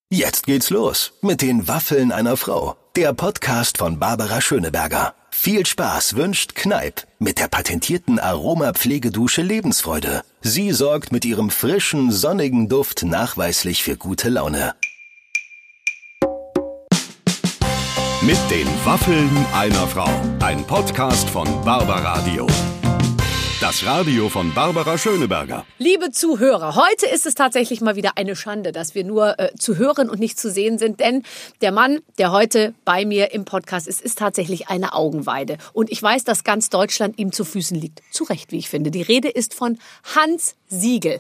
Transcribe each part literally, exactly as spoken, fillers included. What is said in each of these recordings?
Jetzt geht's los mit den Waffeln einer Frau. Der Podcast von Barbara Schöneberger. Viel Spaß wünscht Kneipp mit der patentierten Aromapflegedusche Lebensfreude. Sie sorgt mit ihrem frischen, sonnigen Duft nachweislich für gute Laune. Mit den Waffeln einer Frau. Ein Podcast von Barbaradio. Das Radio von Barbara Schöneberger. Liebe Zuhörer, heute ist es tatsächlich mal wieder eine Schande, dass wir nur äh, zu hören und nicht zu sehen sind. Denn der Mann, der heute bei mir im Podcast ist, ist tatsächlich eine Augenweide. Und ich weiß, dass ganz Deutschland ihm zu Füßen liegt. Zu Recht, wie ich finde. Die Rede ist von Hans Siegel.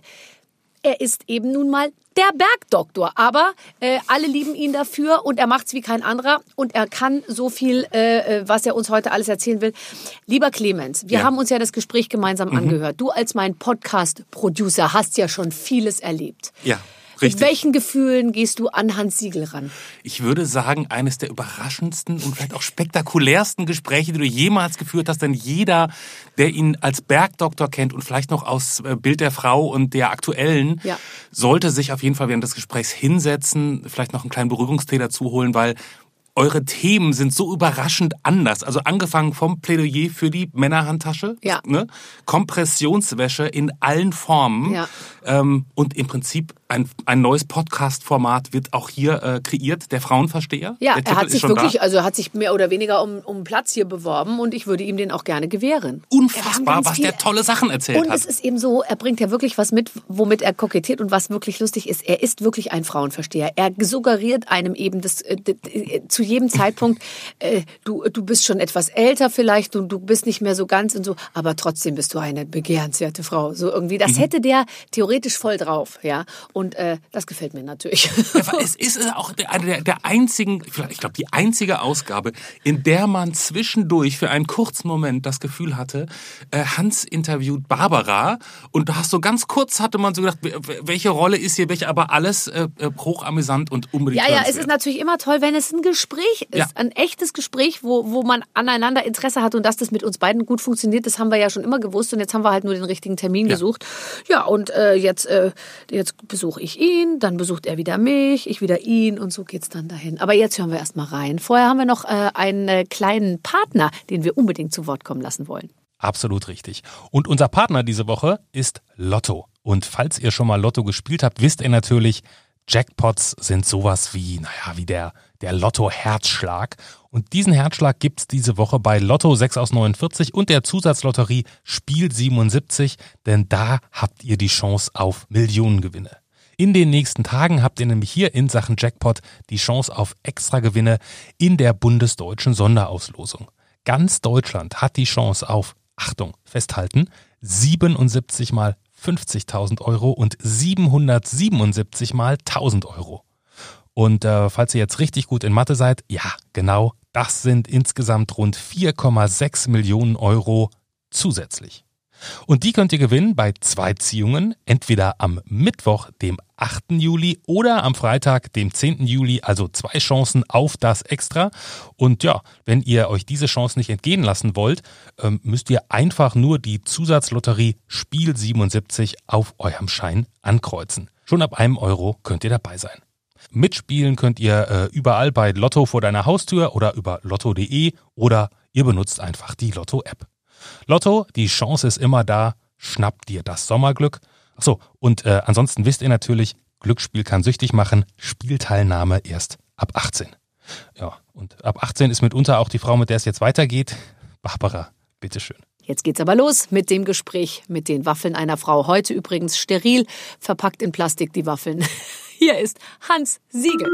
Er ist eben nun mal der Bergdoktor, aber äh, alle lieben ihn dafür und er macht's wie kein anderer und er kann so viel, äh, was er uns heute alles erzählen will. Lieber Clemens, wir ja. haben uns ja das Gespräch gemeinsam mhm. angehört. Du als mein Podcast-Producer hast ja schon vieles erlebt. Ja. Richtig. Mit welchen Gefühlen gehst du an Hans Siegel ran? Ich würde sagen, eines der überraschendsten und vielleicht auch spektakulärsten Gespräche, die du jemals geführt hast. Denn jeder, der ihn als Bergdoktor kennt und vielleicht noch aus Bild der Frau und der aktuellen, ja. sollte sich auf jeden Fall während des Gesprächs hinsetzen, vielleicht noch einen kleinen Beruhigungstee dazu holen, weil eure Themen sind so überraschend anders. Also angefangen vom Plädoyer für die Männerhandtasche, ja. ne? Kompressionswäsche in allen Formen ja. ähm, und im Prinzip ein, ein neues Podcast-Format wird auch hier äh, kreiert, der Frauenversteher. Ja, der er hat sich wirklich, da. also er hat sich mehr oder weniger um, um Platz hier beworben und ich würde ihm den auch gerne gewähren. Unfassbar, was der tolle Sachen erzählt und hat. Und es ist eben so, er bringt ja wirklich was mit, womit er kokettiert und was wirklich lustig ist. Er ist wirklich ein Frauenversteher. Er suggeriert einem eben das, äh, zu jedem Zeitpunkt, äh, du, du bist schon etwas älter vielleicht, du, du bist nicht mehr so ganz und so, aber trotzdem bist du eine begehrenswerte Frau. So irgendwie, das mhm. hätte der theoretisch voll drauf, ja. Und äh, das gefällt mir natürlich. Es ist auch eine der, der einzigen, ich glaube die einzige Ausgabe, in der man zwischendurch für einen kurzen Moment das Gefühl hatte, äh, Hans interviewt Barbara und du hast so ganz kurz hatte man so gedacht, welche Rolle ist hier welche, aber alles äh, hochamüsant und unbedingt Ja, ja, es ist natürlich immer toll, wenn es ein Gespräch ist, ja. ein echtes Gespräch, wo, wo man aneinander Interesse hat und dass das mit uns beiden gut funktioniert, das haben wir ja schon immer gewusst und jetzt haben wir halt nur den richtigen Termin ja. gesucht. Ja, und äh, jetzt, äh, jetzt besuche ich ihn, dann besucht er wieder mich, ich wieder ihn und so geht's dann dahin. Aber jetzt hören wir erst mal rein. Vorher haben wir noch äh, einen äh, kleinen Partner, den wir unbedingt zu Wort kommen lassen wollen. Absolut richtig. Und unser Partner diese Woche ist Lotto. Und falls ihr schon mal Lotto gespielt habt, wisst ihr natürlich, Jackpots sind sowas wie, naja, wie der, der Lotto-Herzschlag. Und diesen Herzschlag gibt's diese Woche bei Lotto sechs aus neunundvierzig und der Zusatzlotterie Spiel siebenundsiebzig, denn da habt ihr die Chance auf Millionengewinne. In den nächsten Tagen habt ihr nämlich hier in Sachen Jackpot die Chance auf Extragewinne in der bundesdeutschen Sonderauslosung. Ganz Deutschland hat die Chance auf, Achtung, festhalten, siebenundsiebzig mal fünfzigtausend Euro und siebenhundertsiebenundsiebzig mal tausend Euro. Und äh, falls ihr jetzt richtig gut in Mathe seid, ja, genau, das sind insgesamt rund vier Komma sechs Millionen Euro zusätzlich. Und die könnt ihr gewinnen bei zwei Ziehungen, entweder am Mittwoch, dem achten Juli oder am Freitag, dem zehnten Juli, also zwei Chancen auf das Extra. Und ja, wenn ihr euch diese Chance nicht entgehen lassen wollt, müsst ihr einfach nur die Zusatzlotterie Spiel siebenundsiebzig auf eurem Schein ankreuzen. Schon ab einem Euro könnt ihr dabei sein. Mitspielen könnt ihr äh, überall bei Lotto vor deiner Haustür oder über lotto punkt de oder ihr benutzt einfach die Lotto-App. Lotto, die Chance ist immer da, schnappt dir das Sommerglück. Achso, und äh, ansonsten wisst ihr natürlich, Glücksspiel kann süchtig machen, Spielteilnahme erst ab achtzehn. Ja, und ab achtzehn ist mitunter auch die Frau, mit der es jetzt weitergeht. Barbara, bitteschön. Jetzt geht's aber los mit dem Gespräch mit den Waffeln einer Frau. Heute übrigens steril, verpackt in Plastik die Waffeln. Hier ist Hans Siegel.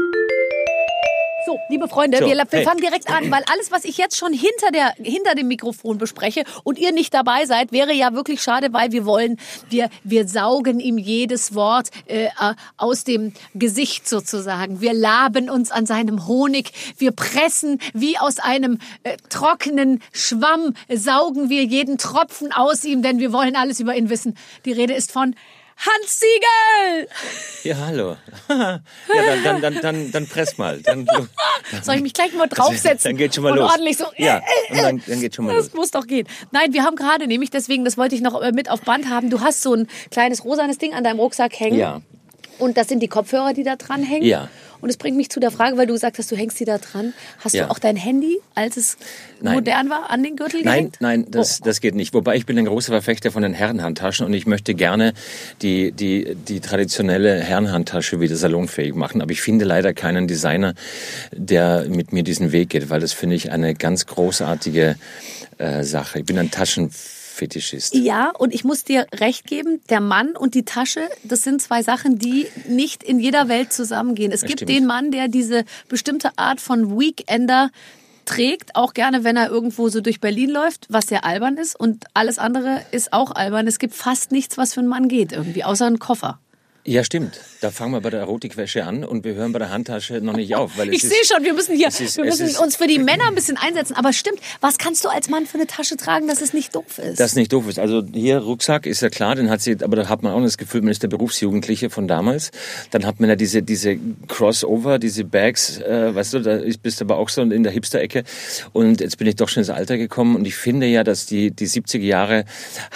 So, liebe Freunde, so, wir, wir hey. fangen direkt an, weil alles, was ich jetzt schon hinter, der, hinter dem Mikrofon bespreche und ihr nicht dabei seid, wäre ja wirklich schade, weil wir wollen, wir, wir saugen ihm jedes Wort äh, aus dem Gesicht sozusagen. Wir laben uns an seinem Honig, wir pressen wie aus einem äh, trockenen Schwamm, saugen wir jeden Tropfen aus ihm, denn wir wollen alles über ihn wissen. Die Rede ist von Hans Siegel! Ja, hallo. Ja, dann, dann, dann, dann, dann press mal. Dann, dann, Soll ich mich gleich mal draufsetzen? Dann geht schon mal und los. Ordentlich so. Ja, und dann, dann geht schon mal das los. Das muss doch gehen. Nein, wir haben gerade nämlich, deswegen, das wollte ich noch mit auf Band haben, du hast so ein kleines rosanes Ding an deinem Rucksack hängen. Ja. Und das sind die Kopfhörer, die da dran hängen. Ja. Und es bringt mich zu der Frage, weil du gesagt hast, du hängst die da dran. Hast Ja. du auch dein Handy, als es Nein. modern war, an den Gürtel Nein, gehängt? nein, das, Oh. das geht nicht. Wobei ich bin ein großer Verfechter von den Herrenhandtaschen und ich möchte gerne die, die, die traditionelle Herrenhandtasche wieder salonfähig machen. Aber ich finde leider keinen Designer, der mit mir diesen Weg geht, weil das finde ich eine ganz großartige äh, Sache. Ich bin ein Taschenfetischist. Ja, und ich muss dir recht geben, der Mann und die Tasche, das sind zwei Sachen, die nicht in jeder Welt zusammengehen. Es Das gibt stimmt. den Mann, der diese bestimmte Art von Weekender trägt, auch gerne, wenn er irgendwo so durch Berlin läuft, was sehr albern ist. Und alles andere ist auch albern. Es gibt fast nichts, was für einen Mann geht irgendwie, außer einen Koffer. Ja, stimmt. Da fangen wir bei der Erotikwäsche an und wir hören bei der Handtasche noch nicht auf. Weil es Ich ist, sehe schon, wir müssen hier, es ist- wir es müssen ist- uns für die Männer ein bisschen einsetzen. Aber stimmt, was kannst du als Mann für eine Tasche tragen, dass es nicht doof ist? Das nicht doof ist. Also hier Rucksack ist ja klar, den hat sie, aber da hat man auch das Gefühl, man ist der Berufsjugendliche von damals. Dann hat man ja diese diese Crossover, diese Bags, äh, weißt du, da ist- bist du aber auch so in der Hipster-Ecke. Und jetzt bin ich doch schon ins Alter gekommen und ich finde ja, dass die die siebziger Jahre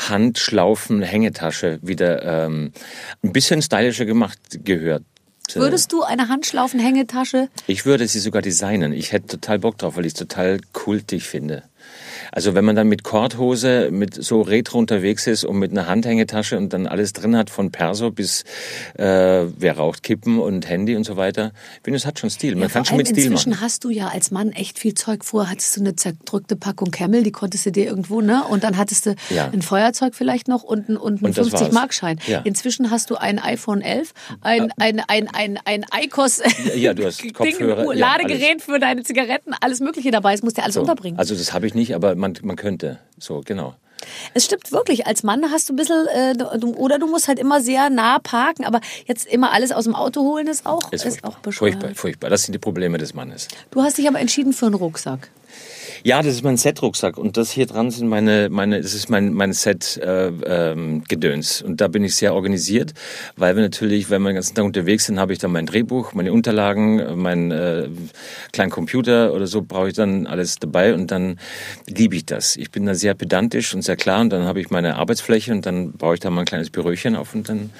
Handschlaufen-Hängetasche wieder ähm, ein bisschen stylischer gemacht gehört. Würdest du eine Handschlaufen-Hängetasche? Ich würde sie sogar designen. Ich hätte total Bock drauf, weil ich es total kultig finde. Also wenn man dann mit Korthose, mit so Retro unterwegs ist und mit einer Handhängetasche und dann alles drin hat, von Perso bis äh, wer raucht Kippen und Handy und so weiter. Ich finde, es hat schon Stil. Man Ja, kann vor schon mit allem Stil inzwischen machen. hast du ja als Mann echt viel Zeug. Vorher hattest du eine zerdrückte Packung Camel, die konntest du dir irgendwo, ne? Und dann hattest du Ja. ein Feuerzeug vielleicht noch und, ein- und einen Und das war's. fünfzig-Mark-Schein. Ja. Inzwischen hast du ein iPhone elf, ein, ein, ein, ein, ein IQOS, Ja, ja, du hast Ding, Kopfhörer, ja, Ladegerät für deine Zigaretten, alles Mögliche dabei. Es musst du alles So. unterbringen. Also das habe ich nicht, aber man, man könnte. So, genau. Es stimmt wirklich, als Mann hast du ein bisschen, äh, du, oder du musst halt immer sehr nah parken, aber jetzt immer alles aus dem Auto holen ist auch, Ist, ist furchtbar. auch bescheuert. furchtbar, furchtbar. Das sind die Probleme des Mannes. Du hast dich aber entschieden für einen Rucksack. Ja, das ist mein Set-Rucksack und das hier dran sind meine, meine, das ist mein, mein Set-Gedöns. Äh, ähm, und da bin ich sehr organisiert, weil wir natürlich, wenn wir den ganzen Tag unterwegs sind, habe ich dann mein Drehbuch, meine Unterlagen, meinen äh, kleinen Computer oder so, brauche ich dann alles dabei und dann liebe ich das. Ich bin da sehr pedantisch und sehr klar und dann habe ich meine Arbeitsfläche und dann baue ich da mal ein kleines Büröchen auf und dann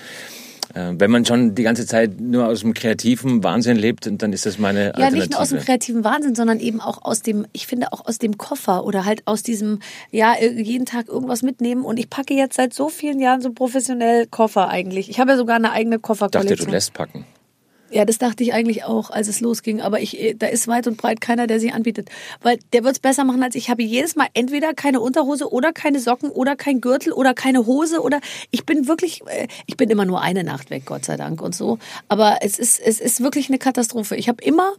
wenn man schon die ganze Zeit nur aus dem kreativen Wahnsinn lebt, dann ist das meine Alternative. Ja, nicht nur aus dem kreativen Wahnsinn, sondern eben auch aus dem, ich finde auch aus dem Koffer oder halt aus diesem, ja, jeden Tag irgendwas mitnehmen. Und ich packe jetzt seit so vielen Jahren so professionell Koffer eigentlich. Ich habe ja sogar eine eigene Ich dachte, Kofferkollektion. du lässt packen. Ja, das dachte ich eigentlich auch, als es losging. Aber ich, da ist weit und breit keiner, der sie anbietet. Weil der wird's besser machen als ich. Ich habe jedes Mal entweder keine Unterhose oder keine Socken oder kein Gürtel oder keine Hose oder ich bin wirklich, ich bin immer nur eine Nacht weg, Gott sei Dank und so. Aber es ist, es ist wirklich eine Katastrophe. Ich habe immer,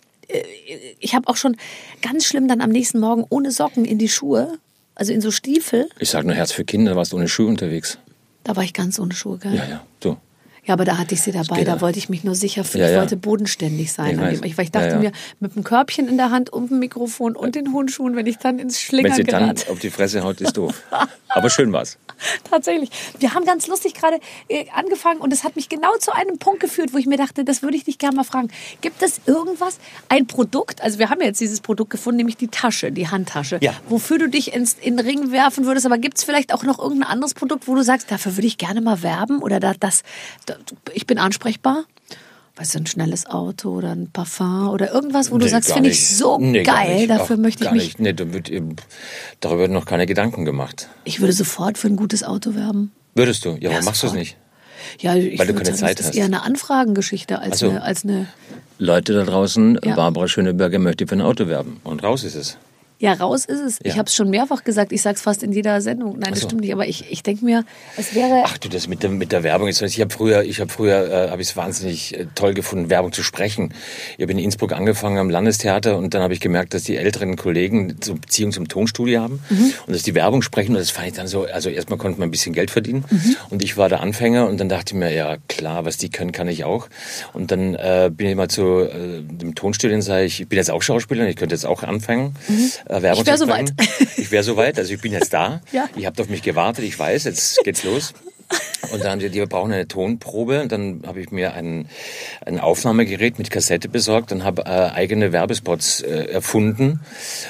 ich habe auch schon ganz schlimm dann am nächsten Morgen ohne Socken in die Schuhe, also in so Stiefel. Ich sage nur Herz für Kinder, warst du ohne Schuhe unterwegs. Da war ich ganz ohne Schuhe, gell? Ja, ja, du. Ja, aber da hatte ich sie dabei, geht da ja. wollte ich mich nur sicher fühlen. Ja, ich ja. wollte bodenständig sein. Ich an weiß. dem- Ich, weil ich dachte Ja, ja. mir, mit einem Körbchen in der Hand und dem Mikrofon und den Hundschuhen, wenn ich dann ins Wenn Schlingern sie dann gerate. auf die Fresse haut, ist doof. Aber schön war's. Tatsächlich. Wir haben ganz lustig gerade äh, angefangen und es hat mich genau zu einem Punkt geführt, wo ich mir dachte, das würde ich dich gerne mal fragen. Gibt es irgendwas, ein Produkt, also wir haben ja jetzt dieses Produkt gefunden, nämlich die Tasche, die Handtasche, Ja. wofür du dich ins, in den Ring werfen würdest, aber gibt es vielleicht auch noch irgendein anderes Produkt, wo du sagst, dafür würde ich gerne mal werben oder da, das, da, ich bin ansprechbar? Weißt du, ein schnelles Auto oder ein Parfum oder irgendwas, wo du Nee, sagst, gar finde ich nicht. so Nee, gar geil, nicht. dafür Ach, möchte ich gar mich... Nicht. Nee, da wird, eben- darüber werden noch keine Gedanken gemacht. Ich würde sofort für ein gutes Auto werben. Würdest du? Ja, Ja, warum machst du es sofort. nicht? Ja, ich Weil du würde keine sagen, Zeit das ist hast. eher eine Anfragengeschichte als, Ach so. eine, als eine... Leute da draußen, Ja. Barbara Schöneberger möchte für ein Auto werben. Und raus ist es. Ja, raus ist es. Ja. Ich habe es schon mehrfach gesagt. Ich sage es fast in jeder Sendung. Nein, das Ach so. stimmt nicht. Aber ich, ich denke mir, es wäre... Ach du, das mit der, mit der Werbung. Jetzt, ich habe früher, ich habe früher, äh, habe ich es wahnsinnig äh, toll gefunden, Werbung zu sprechen. Ich habe in Innsbruck angefangen am Landestheater und dann habe ich gemerkt, dass die älteren Kollegen so Beziehung zum Tonstudio haben Mhm. und dass die Werbung sprechen und das fand ich dann so, also erstmal konnte man ein bisschen Geld verdienen Mhm. und ich war der Anfänger und dann dachte ich mir, ja klar, was die können, kann ich auch. Und dann äh, bin ich mal zu äh, dem Tonstudio und sage ich, ich bin jetzt auch Schauspieler, ich könnte jetzt auch anfangen, äh, Werbung Ich wär zu so sprechen. Ich wäre soweit, also ich bin jetzt da. Ja. Ihr habt auf mich gewartet, ich weiß, jetzt geht's los. Und dann haben sie, die brauchen eine Tonprobe. Und dann habe ich mir ein, ein Aufnahmegerät mit Kassette besorgt und habe äh, eigene Werbespots äh, erfunden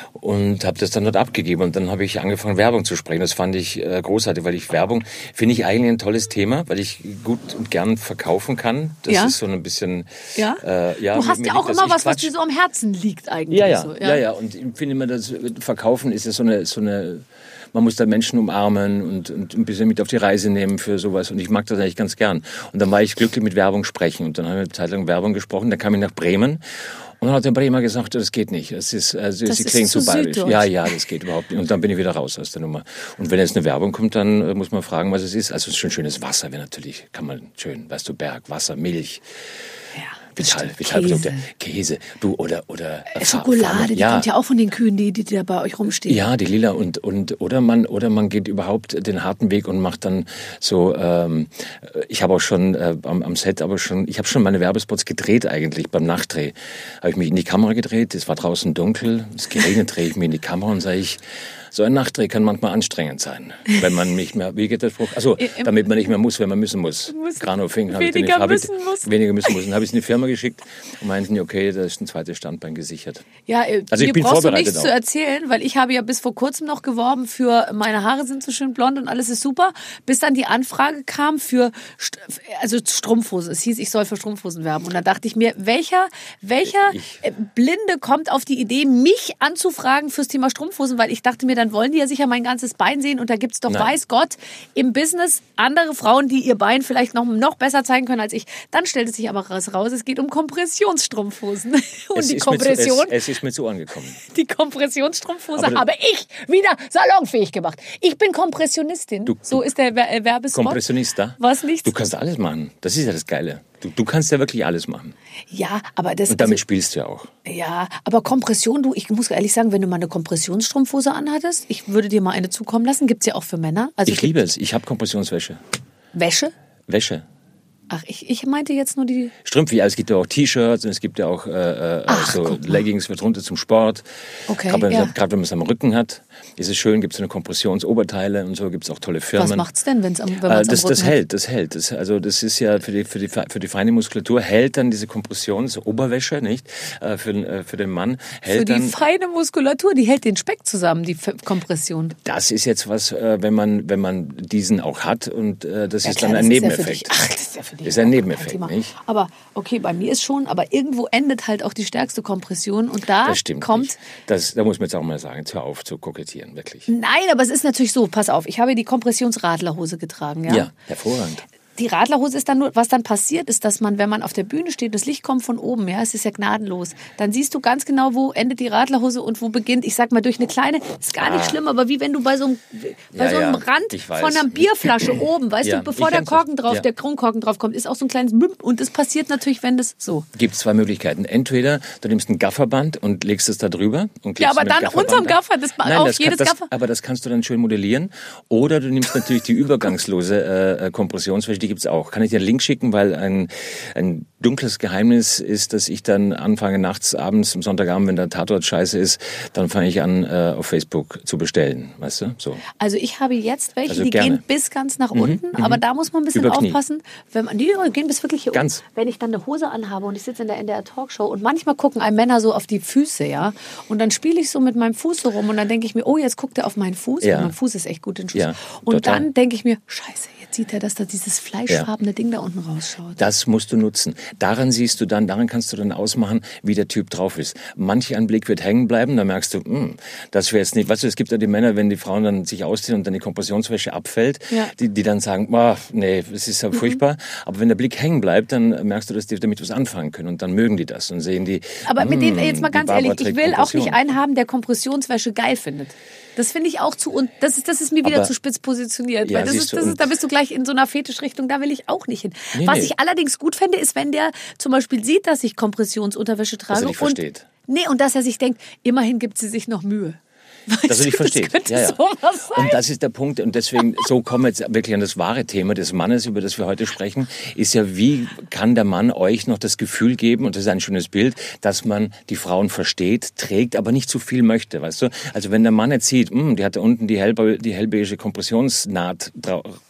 und habe das dann dort abgegeben. Und dann habe ich angefangen, Werbung zu sprechen. Das fand ich äh, großartig, weil ich Werbung finde ich eigentlich ein tolles Thema, weil ich gut und gern verkaufen kann. Das ja. ist so ein bisschen... Ja? Äh, ja du hast ja auch immer was, Quatsch. was dir so am Herzen liegt eigentlich. Ja, ja, so, ja, ja, ja. Und ich finde immer, das Verkaufen ist ja so eine... So eine man muss da Menschen umarmen und, und ein bisschen mit auf die Reise nehmen für sowas. Und ich mag das eigentlich ganz gern. Und dann war ich glücklich mit Werbung sprechen. Und dann haben wir eine Zeit lang Werbung gesprochen. Dann kam ich nach Bremen. Und dann hat der Bremer gesagt, das geht nicht. Das ist, also, das sie ist klingen zu zu bayerisch. süddeutsch. Ja, ja, das geht überhaupt nicht. Und dann bin ich wieder raus aus der Nummer. Und wenn jetzt eine Werbung kommt, dann muss man fragen, was es ist. Also schön schönes Wasser wäre natürlich, kann man schön, weißt du, Berg, Wasser, Milch. Ja. Vital, Vitalprodukte, Käse, du oder oder äh, Schokolade, die ja. kommt ja auch von den Kühen, die, die da bei euch rumstehen. Ja, die lila und und oder man oder man geht überhaupt den harten Weg und macht dann so. Ähm, ich habe auch schon äh, am, am Set, aber schon, ich habe schon meine Werbespots gedreht eigentlich beim Nachdreh. Habe ich mich in die Kamera gedreht. Es war draußen dunkel, es geregnet, drehe ich mich in die Kamera und sage ich. So ein Nachdreh kann manchmal anstrengend sein, wenn man nicht mehr, wie geht der Spruch? Also, damit man nicht mehr muss, wenn man müssen muss. Grano Fink, habe ich den weniger hab müssen ich, muss. Weniger müssen muss. Dann habe ich es in die Firma geschickt und meinten, okay, da ist ein zweites Standbein gesichert. Ja, äh, also ich mir bin brauchst du vorbereitet nichts auch. zu erzählen, weil ich habe ja bis vor kurzem noch geworben für meine Haare sind so schön blond und alles ist super, bis dann die Anfrage kam für St- also Strumpfhosen. Es hieß, ich soll für Strumpfhosen werben und da dachte ich mir, welcher welcher Ich- äh, Blinde kommt auf die Idee, mich anzufragen fürs Thema Strumpfhosen, weil ich dachte mir, dann wollen die ja sicher mein ganzes Bein sehen und da gibt's doch, Nein. weiß Gott, im Business andere Frauen, die ihr Bein vielleicht noch, noch besser zeigen können als ich. Dann stellt es sich aber raus, es geht um Kompressionsstrumpfhosen. Und Es die ist Kompression, Mir zu, es, es ist mir zu angekommen. die Kompressionsstrumpfhose Aber- habe ich wieder salonfähig gemacht. Ich bin Kompressionistin. Du- so ist der Wer- äh, Werbespot. Kompressionista. Was nichts? Du kannst alles machen. Das ist ja das Geile. Du, du kannst ja wirklich alles machen. Ja, aber das Und damit also, spielst du ja auch. ja, aber Kompression, du, ich muss ehrlich sagen, wenn du mal eine Kompressionsstrumpfhose anhattest, ich würde dir mal eine zukommen lassen. Gibt's ja auch für Männer. Also Ich liebe es. Ich habe Kompressionswäsche. Wäsche. Wäsche. Ach, ich, ich meinte jetzt nur die. Strümpfe, ja, es gibt ja auch T-Shirts und es gibt ja auch äh, äh, Ach, so guck mal. Leggings für drunter zum Sport. Okay, Gerade wenn, ja. gerade wenn man es am Rücken hat, ist es schön, gibt es so eine Kompressionsoberteile und so, gibt es auch tolle Firmen. Was macht's denn, wenn's am, wenn Äh, man's das, am das Rücken hat? hält, das hält. Das, also das ist ja für die, für die, für die feine Muskulatur hält dann diese Kompressionsoberwäsche, nicht? Äh, für, den, äh, für den Mann hält Für die dann. feine Muskulatur, die hält den Speck zusammen, die F- Kompression. Das ist jetzt was, äh, wenn man, wenn man diesen auch hat und äh, das Ja, ist klar, dann ein das ist ja für Nebeneffekt. dich- Ach, das ist ja für dich Das ist ein auch kein Nebeneffekt, Thema. nicht? Aber okay, bei mir ist schon, aber irgendwo endet halt auch die stärkste Kompression und da Das stimmt kommt. nicht. Das, da muss man jetzt auch mal sagen, jetzt hör auf zu kokettieren, wirklich. Nein, aber es ist natürlich so, pass auf, ich habe die Kompressionsradlerhose getragen, ja? Ja, hervorragend. Die Radlerhose ist dann nur, was dann passiert ist, dass man, wenn man auf der Bühne steht, das Licht kommt von oben, ja, es ist ja gnadenlos, dann siehst du ganz genau, wo endet die Radlerhose und wo beginnt, ich sag mal, durch eine kleine, ist gar nicht Ah. schlimm, aber wie wenn du bei so einem, bei Ja, so einem ja, Rand ich weiß. von einer Bierflasche oben, weißt Ja, du, bevor ich der kenn's. Korken drauf, Ja. der Kronkorken drauf kommt, ist auch so ein kleines Büm und das passiert natürlich, wenn das so. Gibt es zwei Möglichkeiten. Entweder du nimmst ein Gafferband und legst es da drüber. Und Ja, klebst aber mit dann Gafferband unterm ab. Gaffer, das Nein, auf das kann, jedes das, Gaffer. aber das kannst du dann schön modellieren. Oder du nimmst natürlich die übergangslose äh, Kompressionswäsche, die gibt's auch. Kann ich dir einen Link schicken, weil ein, ein dunkles Geheimnis ist, dass ich dann anfange nachts, abends, am Sonntagabend, wenn der Tatort scheiße ist, dann fange ich an, äh, auf Facebook zu bestellen. Weißt du? So. Also ich habe jetzt welche, Also die gerne. gehen bis ganz nach unten, aber da muss man ein bisschen Über Knie. aufpassen, wenn man, die gehen bis wirklich hier Ganz. unten. Wenn ich dann eine Hose anhabe und ich sitze in der N D R-Talkshow und manchmal gucken einem Männer so auf die Füße, ja, und dann spiele ich so mit meinem Fuß so rum und dann denke ich mir, oh, jetzt guckt er auf meinen Fuß, Ja. und mein Fuß ist echt gut in Schuss. Ja, und total. dann denke ich mir, scheiße, jetzt sieht er, dass da dieses fleischfarbene Ding da unten rausschaut. Das musst du nutzen. Daran siehst du dann, daran kannst du dann ausmachen, wie der Typ drauf ist. Manch ein Blick wird hängen bleiben, da merkst du, mh, das wäre jetzt nicht, weißt du, es gibt ja die Männer, wenn die Frauen dann sich ausziehen und dann die Kompressionswäsche abfällt, Ja. die, die dann sagen, oh, nee, es ist ja furchtbar. Aber wenn der Blick hängen bleibt, dann merkst du, dass die damit was anfangen können und dann mögen die das und sehen die. Aber mit denen, mh, jetzt mal die ganz Barbara ehrlich, ich trägt will auch nicht Kompression. einen haben, der Kompressionswäsche geil findet. Das finde ich auch zu, und das ist, das ist mir wieder Aber- zu spitz positioniert. Ja, weil das siehst ist, du, das ist, und- da bist du gleich in so einer Fetischrichtung, da will ich auch nicht hin. Nee, Was nee. ich allerdings gut fände, ist, wenn der zum Beispiel sieht, dass ich Kompressionsunterwäsche trage. er dich und, versteht. Nee, und dass er sich denkt, immerhin gibt sie sich noch Mühe. Weißt Dass er dich du, versteht. Das könnte ja, ja. sowas sein. Und das ist der Punkt. Und deswegen, so kommen wir jetzt wirklich an das wahre Thema des Mannes, über das wir heute sprechen, ist ja, wie kann der Mann euch noch das Gefühl geben, und das ist ein schönes Bild, dass man die Frauen versteht, trägt, aber nicht zu viel möchte, weißt du? Also wenn der Mann jetzt sieht, mh, die hat da unten die, hellbe die hellbeige Kompressionsnaht dra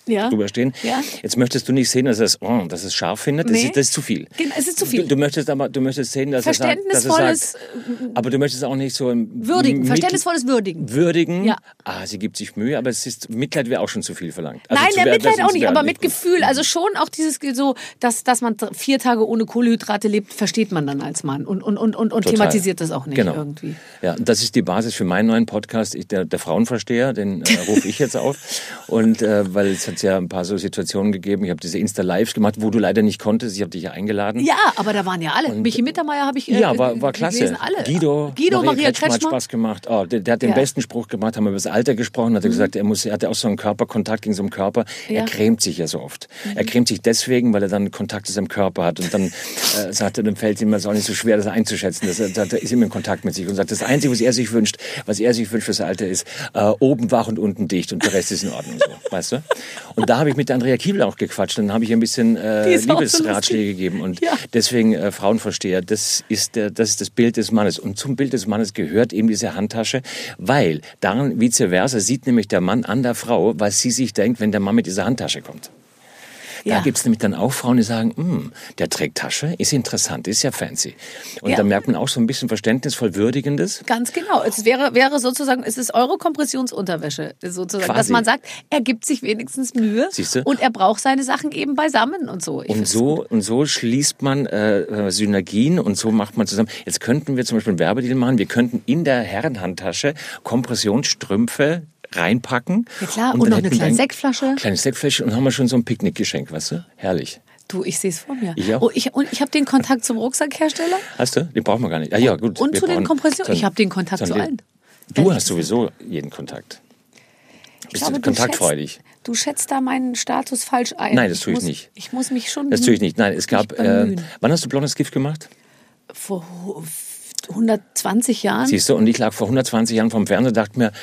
ja. drüber stehen. Ja. Jetzt möchtest du nicht sehen, dass er es, oh, dass es scharf findet. Das, Nee. ist, das ist zu viel. Genau, es ist zu viel. Du, du möchtest aber, du möchtest sehen, dass er sagt, dass er Verständnisvolles, sagt, aber du möchtest auch nicht so ein Würdigen, Mittel- verständnisvolles Würdigen. Würdigen. Ja. Ah, sie gibt sich Mühe, aber es ist Mitleid wäre auch schon zu viel verlangt. Also Nein, zu der wer- Mitleid das auch ist nicht, wer- aber mit Gefühl. Also schon auch dieses so, dass, dass man vier Tage ohne Kohlenhydrate lebt, versteht man dann als Mann und, und, und, und, und Total. thematisiert das auch nicht Genau. irgendwie. Ja, und das ist die Basis für meinen neuen Podcast, ich, der, der Frauenversteher, den äh, rufe ich jetzt auf. Und äh, weil es hat ja ein paar so Situationen gegeben, ich habe diese Insta-Lives gemacht, wo du leider nicht konntest, ich habe dich ja eingeladen. Ja, aber da waren ja alle. Michi Mittermeier habe ich äh, Ja, war, war klasse. gelesen, alle. Guido, Guido Maria, Maria Kretschmer, hat Kretschmer. Spaß gemacht. Oh, der, der hat den Ja. Mhm. besten Spruch gemacht, haben wir über das Alter gesprochen, hat er gesagt, er muss, er hatte auch so einen Körperkontakt gegen so einen Körper. Ja. Er cremt sich ja so oft. Mhm. Er cremt sich deswegen, weil er dann Kontakt zu seinem Körper hat. Und dann äh, sagt er, dann fällt ihm das auch nicht so schwer, das einzuschätzen. Das, er, er ist immer in Kontakt mit sich und sagt, das Einzige, was er sich wünscht, was er sich wünscht fürs Alter ist, äh, oben wach und unten dicht und der Rest ist in Ordnung. So, weißt du? Und da habe ich mit Andrea Kiebel auch gequatscht. Dann habe ich ihr ein bisschen äh, Die ist auch so Liebesratschläge gegeben. Und Ja. deswegen äh, Frauenversteher, das ist, der, das ist das Bild des Mannes. Und zum Bild des Mannes gehört eben diese Handtasche, weil daran vice versa sieht nämlich der Mann an der Frau, was sie sich denkt, wenn der Mann mit dieser Handtasche kommt. Da Ja. gibt's nämlich dann auch Frauen, die sagen, "Hm, der trägt Tasche, ist interessant, ist ja fancy." Und Ja. da merkt man auch so ein bisschen verständnisvoll Würdigendes. Ganz genau. Es wäre, wäre sozusagen, es ist eure Kompressionsunterwäsche, sozusagen, Quasi. dass man sagt, er gibt sich wenigstens Mühe Siehste? und er braucht seine Sachen eben beisammen und so. Ich Und find's so, gut. und so schließt man äh, Synergien und so macht man zusammen. Jetzt könnten wir zum Beispiel einen Werbedeal machen. Wir könnten in der Herrenhandtasche Kompressionsstrümpfe reinpacken. Ja klar, und dann noch eine hätten wir kleine ein- Sektflasche. Kleine Sektflasche und haben wir schon so ein Picknickgeschenk, weißt du? Herrlich. Du, ich sehe es vor mir. Ich auch. Oh, ich, und ich habe den Kontakt zum Rucksackhersteller Hast du? Den brauchen wir gar nicht. Ah ja, gut. und wir zu den brauchen- Kompressionen. dann- Ich habe den Kontakt dann zu wir- allen. Du Ehrlich hast sowieso jeden Kontakt. Ich Bist glaube, du du kontaktfreudig? schätzt, du schätzt da meinen Status falsch ein. Nein, das tue ich muss, nicht. Ich muss mich schon Das tue ich nicht. Nein, es gab. mich Äh, bemühen. wann hast du blondes Gift gemacht? Vor hundertzwanzig Jahren. Siehst du? Und ich lag vor hundertzwanzig Jahren vom Fernseher und dachte mir,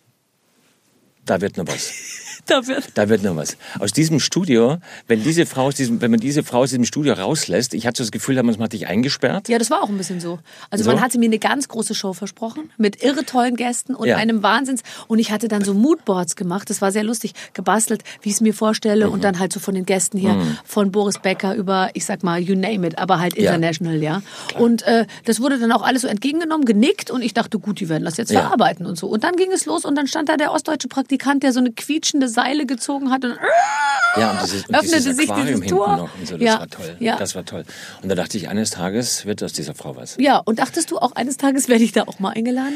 da wird noch was. Da wird Da wird noch was. Aus diesem Studio, wenn diese Frau aus diesem, wenn man diese Frau aus diesem Studio rauslässt, ich hatte so das Gefühl, man hat dich eingesperrt. Ja, das war auch ein bisschen so. Also So? man hatte mir eine ganz große Show versprochen mit irre tollen Gästen und Ja. einem Wahnsinns. Und ich hatte dann so Moodboards gemacht. Das war sehr lustig, gebastelt, wie ich es mir vorstelle. Mhm. Und dann halt so von den Gästen hier, von Boris Becker über, ich sag mal, you name it, aber halt Ja. international, ja. Und äh, das wurde dann auch alles so entgegengenommen, genickt. Und ich dachte, gut, die werden das jetzt Ja. verarbeiten und so. Und dann ging es los und dann stand da der ostdeutsche Praktikant, der so eine quietschende Seile gezogen hat und Ja, und dieses, und öffnete dieses sich Aquarium dieses hinten Tor. noch und so, das Ja. war toll. Ja. Das war toll. Und da dachte ich, eines Tages wird aus dieser Frau was. Ja, und dachtest du auch, eines Tages werde ich da auch mal eingeladen?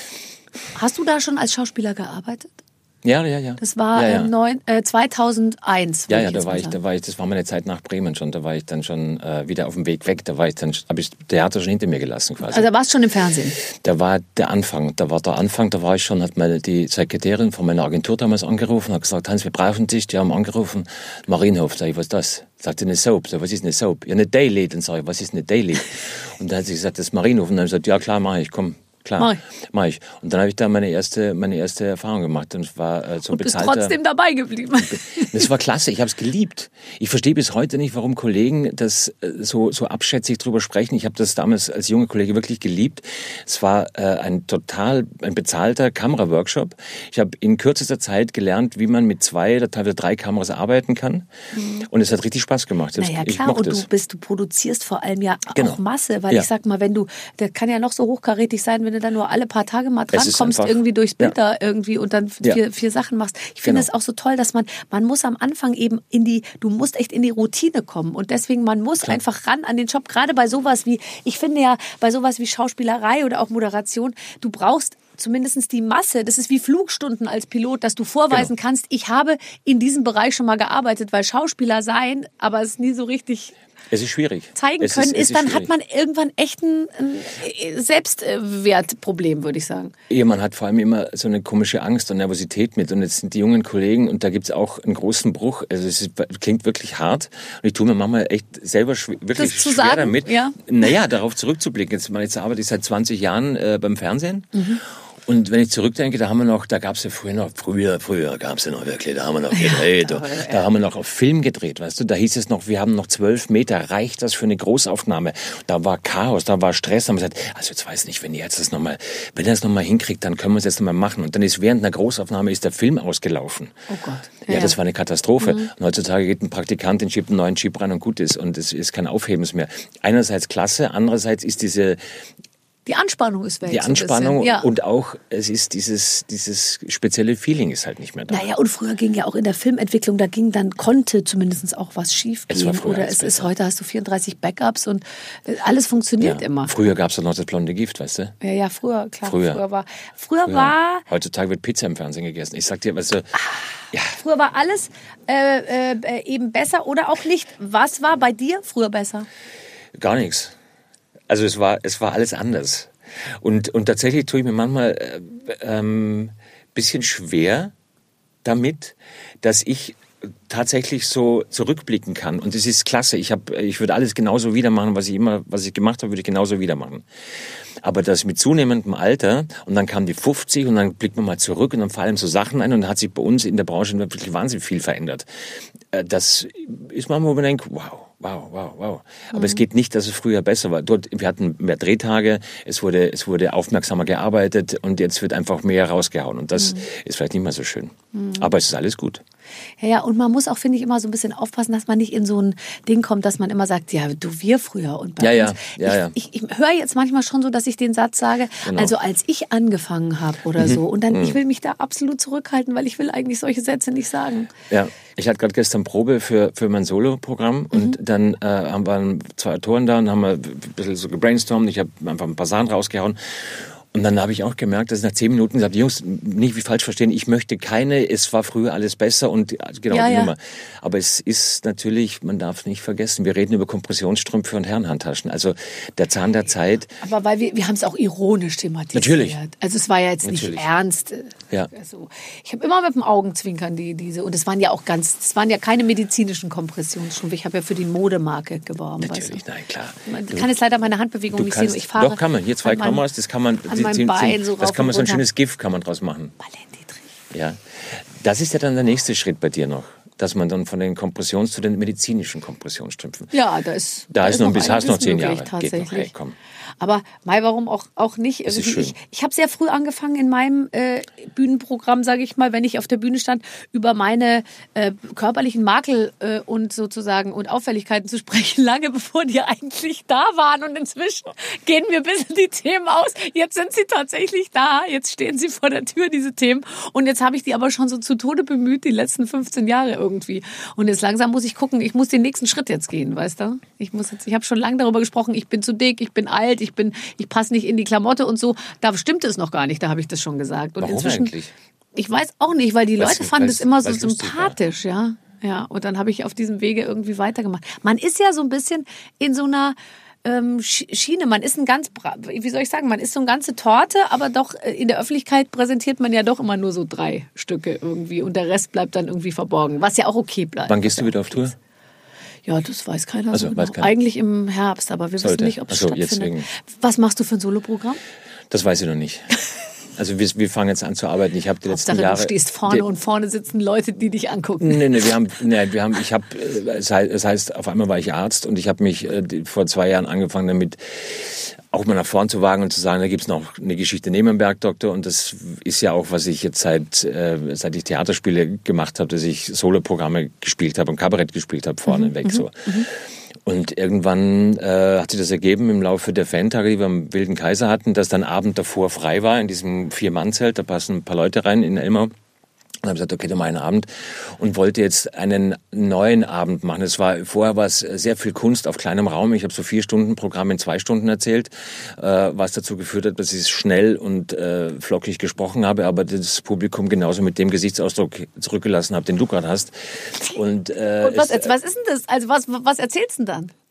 Hast du da schon als Schauspieler gearbeitet? Ja, ja, ja. Das war ja, ja. äh, neun, äh, zweitausendeins. Ja, würde ja, ich da jetzt war mal ich, da sagen. war ich, das war meine Zeit nach Bremen schon, da war ich dann schon äh, wieder auf dem Weg weg, da war ich dann, habe ich das Theater schon hinter mir gelassen quasi. Also da warst du schon im Fernsehen. Da war der Anfang, da war der Anfang, da war ich schon, hat meine, die Sekretärin von meiner Agentur damals angerufen, hat gesagt, Hans, wir brauchen dich, die haben angerufen, Marienhof, sag ich, was ist das? Sagte eine Soap, sag, was ist eine Soap? Ja, eine Daily, dann sag ich, was ist eine Daily? Und dann hat sie gesagt, das ist Marienhof, und dann habe ich gesagt, ja klar, mach ich, komm. Klar, Mach ich. mach ich. Und dann habe ich da meine erste, meine erste Erfahrung gemacht und es war äh, so ein Und bist bezahlter. trotzdem dabei geblieben. Das war klasse, ich habe es geliebt. Ich verstehe bis heute nicht, warum Kollegen das äh, so, so abschätzig drüber sprechen. Ich habe das damals als junger Kollege wirklich geliebt. Es war äh, ein total ein bezahlter Kameraworkshop. Ich habe in kürzester Zeit gelernt, wie man mit zwei oder teilweise drei Kameras arbeiten kann. Und es hat richtig Spaß gemacht. Das- Naja, ich klar, mochte und du es. bist, du produzierst vor allem ja Genau. auch Masse, weil Ja. ich sag mal, wenn du, der kann ja noch so hochkarätig sein, wenn du dann nur alle paar Tage mal Es ist drankommst, einfach- irgendwie durchs Bild ja. da irgendwie und dann Ja. vier, vier Sachen machst. Ich finde Genau. es auch so toll, dass man, man muss am Anfang eben in die, du musst echt in die Routine kommen und deswegen, man muss einfach ran an den Job, gerade bei sowas wie, ich finde ja, bei sowas wie Schauspielerei oder auch Moderation, du brauchst zumindest die Masse, das ist wie Flugstunden als Pilot, dass du vorweisen Genau. kannst, ich habe in diesem Bereich schon mal gearbeitet, weil Schauspieler sein, aber es nie so richtig Es ist schwierig. zeigen es können, ist, es ist, dann schwierig. hat man irgendwann echt ein, ein Selbstwertproblem, würde ich sagen. Ja, man hat vor allem immer so eine komische Angst und Nervosität mit. Und jetzt sind die jungen Kollegen, und da gibt's auch einen großen Bruch. Also es ist, klingt wirklich hart. Und ich tue mir manchmal echt selber schw wirklich Das zu schwer sagen, damit. ja. Naja, darauf zurückzublicken. Jetzt, meine, jetzt arbeite ich seit zwanzig Jahren äh, beim Fernsehen. Mhm. Und wenn ich zurückdenke, da haben wir noch, da gab es ja früher noch, früher, früher gab es ja noch wirklich, da haben wir noch gedreht, ja, da, da haben wir noch auf Film gedreht, weißt du, da hieß es noch, wir haben noch zwölf Meter, reicht das für eine Großaufnahme? Da war Chaos, da war Stress, da haben wir gesagt, also jetzt weiß ich nicht, wenn ihr jetzt das nochmal, wenn ihr das nochmal hinkriegt, dann können wir es jetzt nochmal machen. Und dann ist während einer Großaufnahme ist der Film ausgelaufen. Oh Gott. Ja, ja das war eine Katastrophe. Mhm. Und heutzutage geht ein Praktikant, den schiebt einen neuen Chip rein und gut ist. Und es ist kein Aufhebens mehr. Einerseits klasse, andererseits ist diese Die Anspannung ist weg. Die Anspannung so ja. und auch, es ist dieses, dieses spezielle Feeling ist halt nicht mehr da. Naja, und früher ging ja auch in der Filmentwicklung, da ging dann, konnte zumindest auch was schief gehen. Es war früher Oder alles es ist besser. heute, hast du vierunddreißig Backups und äh, alles funktioniert Ja. immer. Früher gab es doch noch das blonde Gift, weißt du? Ja, ja, früher, klar. Früher. Früher war, früher Früher. war, Heutzutage wird Pizza im Fernsehen gegessen. Ich sag dir, weißt du, ja, früher war alles äh, äh, eben besser oder auch nicht. Was war bei dir früher besser? gar nichts. Also es war, es war alles anders. Und, und tatsächlich tue ich mir manchmal äh, ähm, bisschen schwer damit, dass ich tatsächlich so zurückblicken kann. Und das ist klasse. Ich habe, ich würde alles genauso wieder machen, was ich immer, was ich gemacht habe, würde ich genauso wieder machen. Aber das mit zunehmendem Alter, und dann kamen die fünfzig und dann blickt man mal zurück und dann fallen so Sachen ein und dann hat sich bei uns in der Branche wirklich wahnsinnig viel verändert. Das ist manchmal, wo man denkt, wow, wow, wow, wow. Aber mhm. es geht nicht, dass es früher besser war. Dort, wir hatten mehr Drehtage, es wurde, es wurde aufmerksamer gearbeitet und jetzt wird einfach mehr rausgehauen. Und das mhm. ist vielleicht nicht mehr so schön. Mhm. Aber es ist alles gut. Ja, ja, und man muss auch, finde ich, immer so ein bisschen aufpassen, dass man nicht in so ein Ding kommt, dass man immer sagt, ja, du, wir früher und bei ja, uns. Ja, ja, ja. Ich, ich, ich höre jetzt manchmal schon so, dass ich den Satz sage, genau. also als ich angefangen habe oder mhm. so. Und dann, mhm. ich will mich da absolut zurückhalten, weil ich will eigentlich solche Sätze nicht sagen. Ja, ich hatte gerade gestern Probe für, für mein Solo-Programm mhm. und dann äh, haben wir zwei Autoren da und haben wir ein bisschen so gebrainstormt. Ich habe einfach ein paar Sachen rausgehauen. Und dann habe ich auch gemerkt, dass ich nach zehn Minuten gesagt, Jungs, nicht wie falsch verstehen, ich möchte keine, es war früher alles besser und genau ja, die ja. Nummer. Aber es ist natürlich, man darf nicht vergessen, wir reden über Kompressionsstrümpfe und Herrenhandtaschen. Also der Zahn der Zeit. Aber weil wir, wir haben es auch ironisch thematisiert. Natürlich. Also es war ja jetzt Natürlich. nicht ernst. Ja. Also ich habe immer mit dem Augenzwinkern die, diese, und es waren ja auch ganz, es waren ja keine medizinischen Kompressionsstrümpfe. Ich habe ja für die Modemarke geworben. Natürlich, weißt du? nein, klar. Man Du- kann jetzt leider meine Handbewegung Du nicht kannst, sehen. Ich fahre doch kann man, hier zwei an meinem- Kameras, das kann man, an meinem Bein so das rauf kann man und so ein runter. schönes GIF kann man draus machen. Balletti-Trick. Ja, das ist ja dann der nächste Schritt bei dir noch, dass man dann von den Kompressions- zu den medizinischen Kompressionsstrümpfen. Ja, da ist, Da ist noch ein bisschen- hast noch einiges zehn möglich, Jahre. Geht noch, tatsächlich. hey, komm. Aber Mai, warum auch, auch nicht? Das ist Irgendwie, schön. ich ich habe sehr früh angefangen in meinem äh, Bühnenprogramm, sage ich mal, wenn ich auf der Bühne stand, über meine äh, körperlichen Makel äh, und sozusagen und Auffälligkeiten zu sprechen, lange bevor die eigentlich da waren. Und inzwischen gehen mir ein bisschen die Themen aus. Jetzt sind sie tatsächlich da. Jetzt stehen sie vor der Tür, diese Themen. Und jetzt habe ich die aber schon so zu Tode bemüht, die letzten fünfzehn Jahre irgendwie. Und jetzt langsam muss ich gucken, ich muss den nächsten Schritt jetzt gehen, weißt du? Ich muss jetzt, ich habe schon lange darüber gesprochen, ich bin zu dick, ich bin alt, ich bin, ich passe nicht in die Klamotte und so. Da stimmt es noch gar nicht, da habe ich das schon gesagt. Und Warum inzwischen, eigentlich? Ich weiß auch nicht, weil die Weil's- Leute fanden weil's- es immer so weil's lustig sympathisch, ja. Ja, und dann habe ich auf diesem Wege irgendwie weitergemacht. Man ist ja so ein bisschen in so einer ähm, Sch- Schiene. Man ist ein ganz, bra- wie soll ich sagen, man ist so eine ganze Torte, aber doch äh, in der Öffentlichkeit präsentiert man ja doch immer nur so drei Stücke irgendwie und der Rest bleibt dann irgendwie verborgen, was ja auch okay bleibt. Wann gehst du wieder auf Tour? Ja, das weiß keiner Also, so genau. weiß keiner. Eigentlich im Herbst, aber wir Sollte. wissen nicht, ob es Ach so, jetzt stattfindet. wegen- Was machst du für ein Soloprogramm? Das weiß ich noch nicht. Also wir, wir fangen jetzt an zu arbeiten. Ich habe die letzten Hauptsache, Jahre. du stehst vorne die, und vorne sitzen Leute, die dich angucken. Nee, nee, wir haben, nee, wir haben, ich habe, es heißt, es heißt, auf einmal war ich Arzt und ich habe mich äh, die- vor zwei Jahren angefangen damit, auch mal nach vorn zu wagen und zu sagen, da gibt's noch eine Geschichte neben dem Bergdoktor und das ist ja auch, was ich jetzt seit, äh, seit ich Theaterspiele gemacht habe, dass ich Soloprogramme gespielt habe und Kabarett gespielt habe, vorneweg so. Und irgendwann äh, hat sich das ergeben im Laufe der Fantage, die wir am Wilden Kaiser hatten, dass dann Abend davor frei war in diesem Vier-Mann-Zelt, da passen ein paar Leute rein in Elmau. Und habe gesagt, okay, dann mal einen Abend und wollte jetzt einen neuen Abend machen. Es war vorher war es sehr viel Kunst auf kleinem Raum. Ich habe so vier Stunden Programm in zwei Stunden erzählt, äh, was dazu geführt hat, dass ich es schnell und äh, flockig gesprochen habe, aber das Publikum genauso mit dem Gesichtsausdruck zurückgelassen habe, den du gerade hast. Und, äh, Und was, es, was ist denn das? Also was, was erzählst du denn dann?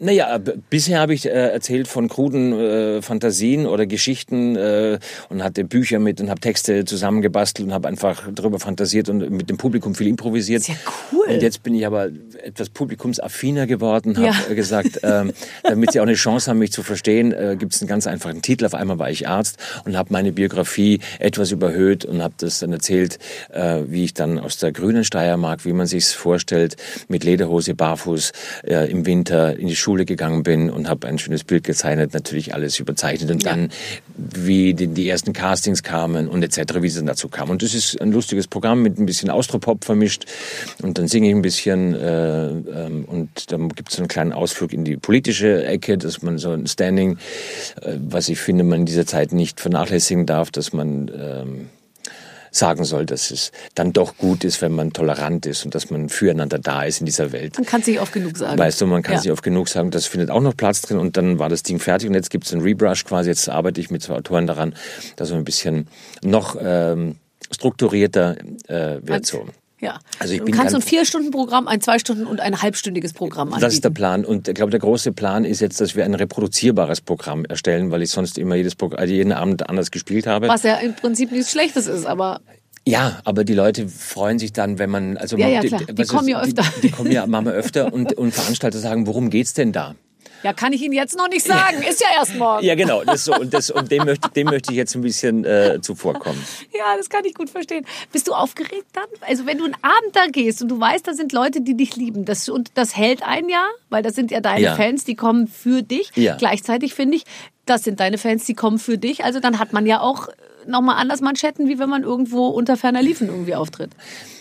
Naja, b- bisher habe ich äh, erzählt von kruden äh, Fantasien oder Geschichten äh, und hatte Bücher mit und habe Texte zusammengebastelt und habe einfach darüber fantasiert und mit dem Publikum viel improvisiert. Sehr cool. Und jetzt bin ich aber etwas publikumsaffiner geworden, habe Ja. gesagt, ähm, damit sie auch eine Chance haben, mich zu verstehen, äh, gibt es einen ganz einfachen Titel. Auf einmal war ich Arzt und habe meine Biografie etwas überhöht und habe das dann erzählt, äh, wie ich dann aus der grünen Steiermark, wie man sich's vorstellt, mit Lederhose, barfuß äh, im Winter in die Schule gegangen bin und habe ein schönes Bild gezeichnet, natürlich alles überzeichnet und Ja. dann, wie die, die ersten Castings kamen und et cetera, wie es dann dazu kam. Und das ist ein lustiges Programm mit ein bisschen Austropop vermischt und dann singe ich ein bisschen äh, ähm, und dann gibt es einen kleinen Ausflug in die politische Ecke, dass man so ein Standing, äh, was ich finde, man in dieser Zeit nicht vernachlässigen darf, dass man ähm, sagen soll, dass es dann doch gut ist, wenn man tolerant ist und dass man füreinander da ist in dieser Welt. Man kann es nicht oft genug sagen. Weißt du, man kann Ja. es nicht oft genug sagen, das findet auch noch Platz drin und dann war das Ding fertig und jetzt gibt es einen Rebrush quasi, jetzt arbeite ich mit zwei Autoren daran, dass man ein bisschen noch ähm, strukturierter äh, wird so. Ja. Also ich du bin kannst so ein kein- Vier-Stunden-Programm, ein Zwei-Stunden- und ein halbstündiges Programm anbieten. Das ist der Plan und ich glaube, der große Plan ist jetzt, dass wir ein reproduzierbares Programm erstellen, weil ich sonst immer jedes Programm, also jeden Abend anders gespielt habe. Was ja im Prinzip nichts Schlechtes ist, aber Ja, aber die Leute freuen sich dann, wenn man, also Ja, man, ja, klar. Die was kommen ist- ja öfter. Die, die kommen ja manchmal öfter und, und Veranstalter sagen, worum geht's denn da? ja, kann ich Ihnen jetzt noch nicht sagen. Ist ja erst morgen. Ja, genau. Das so, und das, und dem möchte, dem möchte ich jetzt ein bisschen äh, zuvorkommen. Ja, das kann ich gut verstehen. Bist du aufgeregt dann? Also wenn du einen Abend da gehst und du weißt, da sind Leute, die dich lieben, das, und das hält ein Jahr, weil das sind ja deine Ja. Fans, die kommen für dich. Ja. Gleichzeitig finde ich, das sind deine Fans, die kommen für dich. Also dann hat man ja auch nochmal anders Manschetten, wie wenn man irgendwo unter ferner Liefen irgendwie auftritt.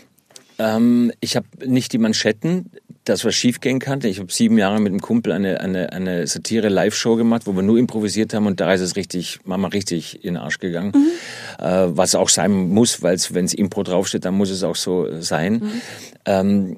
Ähm, ich habe nicht die Manschetten, das was schiefgehen kann. Ich habe sieben Jahre mit einem Kumpel eine, eine, eine Satire-Live-Show gemacht, wo wir nur improvisiert haben und da ist es richtig, Mama richtig in den Arsch gegangen. Mhm. Äh, was auch sein muss, weil wenn es Impro draufsteht, dann muss es auch so sein. Mhm. Ähm,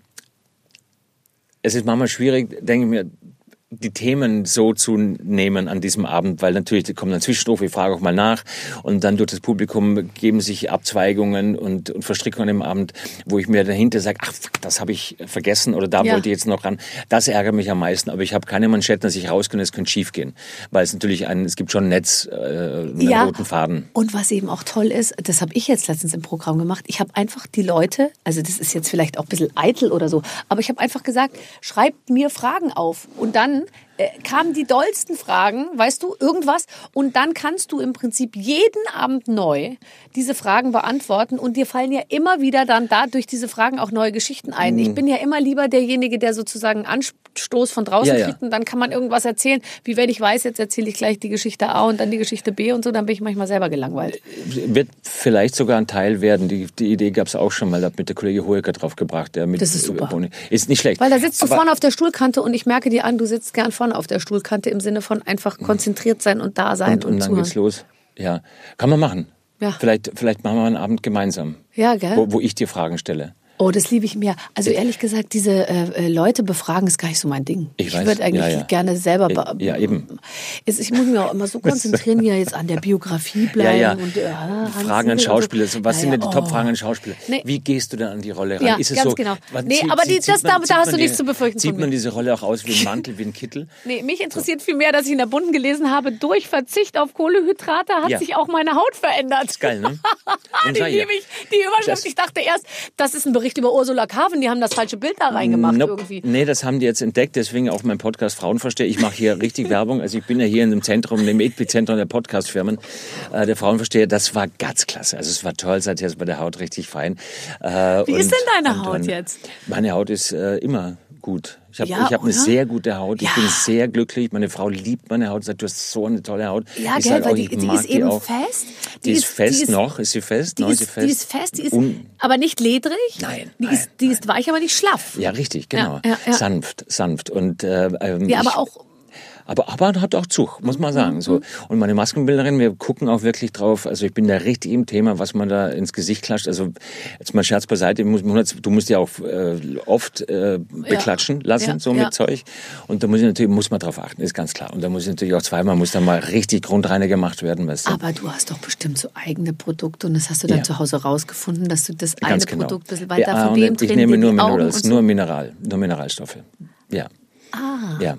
es ist manchmal schwierig, denke ich mir, die Themen so zu nehmen an diesem Abend, weil natürlich da kommt ein Zwischenruf, ich frage auch mal nach und dann durch das Publikum geben sich Abzweigungen und, und Verstrickungen im Abend, wo ich mir dahinter sage, ach fuck, das habe ich vergessen oder da Ja. wollte ich jetzt noch ran. Das ärgert mich am meisten, aber ich habe keine Manschetten, dass ich rausgehe, es könnte schief gehen, weil es natürlich ein, es gibt schon ein Netz, äh, einen Ja. roten Faden. Und was eben auch toll ist, das habe ich jetzt letztens im Programm gemacht, ich habe einfach die Leute, also das ist jetzt vielleicht auch ein bisschen eitel oder so, aber ich habe einfach gesagt, schreibt mir Fragen auf und dann äh, kamen die dollsten Fragen, weißt du, irgendwas und dann kannst du im Prinzip jeden Abend neu diese Fragen beantworten und dir fallen ja immer wieder dann da durch diese Fragen auch neue Geschichten ein. Ich bin ja immer lieber derjenige, der sozusagen Anstoß von draußen Ja, ja. kriegt und dann kann man irgendwas erzählen, wie wenn ich weiß, jetzt erzähle ich gleich die Geschichte A und dann die Geschichte B und so, dann bin ich manchmal selber gelangweilt. Wird vielleicht sogar ein Teil werden. Die, die Idee gab es auch schon mal, da hat mit der Kollege Hoeker drauf gebracht. Der mit, Das ist super. Ist nicht schlecht. Weil da sitzt du Aber- vorne auf der Stuhlkante und ich merke dir an, du sitzt gern vorne auf der Stuhlkante im Sinne von einfach konzentriert sein und da sein Und, und, und dann zuhören. geht's los. Ja, kann man machen. Ja. Vielleicht, vielleicht machen wir einen Abend gemeinsam, Ja, gell? wo, wo ich dir Fragen stelle. Oh, das liebe ich mir. Also ehrlich gesagt, diese äh, Leute befragen ist gar nicht so mein Ding. Ich weiß. würde eigentlich Ja, ja. gerne selber... be- Ja, eben. Ist, ich muss mich auch immer so konzentrieren, hier jetzt an der Biografie bleiben. Ja, ja. Und, äh, Hans Fragen an Siegel und Schauspieler. So. Was Ja, sind denn die ja, Top-Fragen oh. an Schauspieler? Nee. Wie gehst du denn an die Rolle ran? Ja, ist es ganz so, genau. was- Nee, zieht- aber die- zieht das- man- da- zieht da hast man du die- nichts zu befürchten Zieht von man mir. diese Rolle auch aus wie ein Mantel, wie ein Kittel? Nee, mich interessiert viel mehr, dass ich in der Bunten gelesen habe, durch Verzicht auf Kohlehydrate hat Ja. sich auch meine Haut verändert. Geil, ne? Und Die sag ich ja. liebe ich, die Überschrift. Das- Ich dachte erst, das ist ein Bericht über Ursula Carven, die haben das falsche Bild da reingemacht Nope. irgendwie. Nee, das haben die jetzt entdeckt, deswegen auch mein Podcast Frauenversteher. Ich mache hier richtig Werbung. Also ich bin ja hier in dem Zentrum, dem Epizentrum der Podcast-Firmen, äh, der Frauenversteher. Das war ganz klasse. Also es war toll, seither ist bei der Haut richtig fein. Äh, Wie ist und- denn deine und Haut dann- jetzt? Meine Haut ist äh, immer gut. Ich habe Ja, ich hab eine oder? sehr gute Haut. Ich Ja. bin sehr glücklich. Meine Frau liebt meine Haut. Sagt, du hast so eine tolle Haut. Ja, ich gell, sag weil auch, die, ich die mag ist eben auch. fest. Die, ist fest die ist, noch. Ist sie fest? Die noch ist, ist sie fest? die ist fest, die ist Un- aber nicht ledrig. Nein, Die, nein, ist, die ist weich, aber nicht schlaff. Ja, richtig, genau. Ja, ja, ja. Sanft, sanft. Und, äh, ähm, Ja, ich, aber auch... Aber, aber hat auch Zug, muss man sagen. So. Und meine Maskenbildnerin, wir gucken auch wirklich drauf, also ich bin da richtig im Thema, was man da ins Gesicht klatscht. Also jetzt mal Scherz beiseite, muss- du musst ja auch äh, oft äh, beklatschen lassen, Ja, so ja. mit Zeug. Und da muss ich natürlich, muss man drauf achten, ist ganz klar. Und da muss ich natürlich auch zweimal, muss da mal richtig grundreiner gemacht werden. Weißt du? Aber du hast doch bestimmt so eigene Produkte und das hast du dann Ja. zu Hause rausgefunden, dass du das eine Ganz genau. Produkt ein bisschen weiter Ja, von und dem ich drin nehme dir nur die Augen Minerals, und so. nur Mineral, nur Mineralstoffe. Ja. Ah. Ja.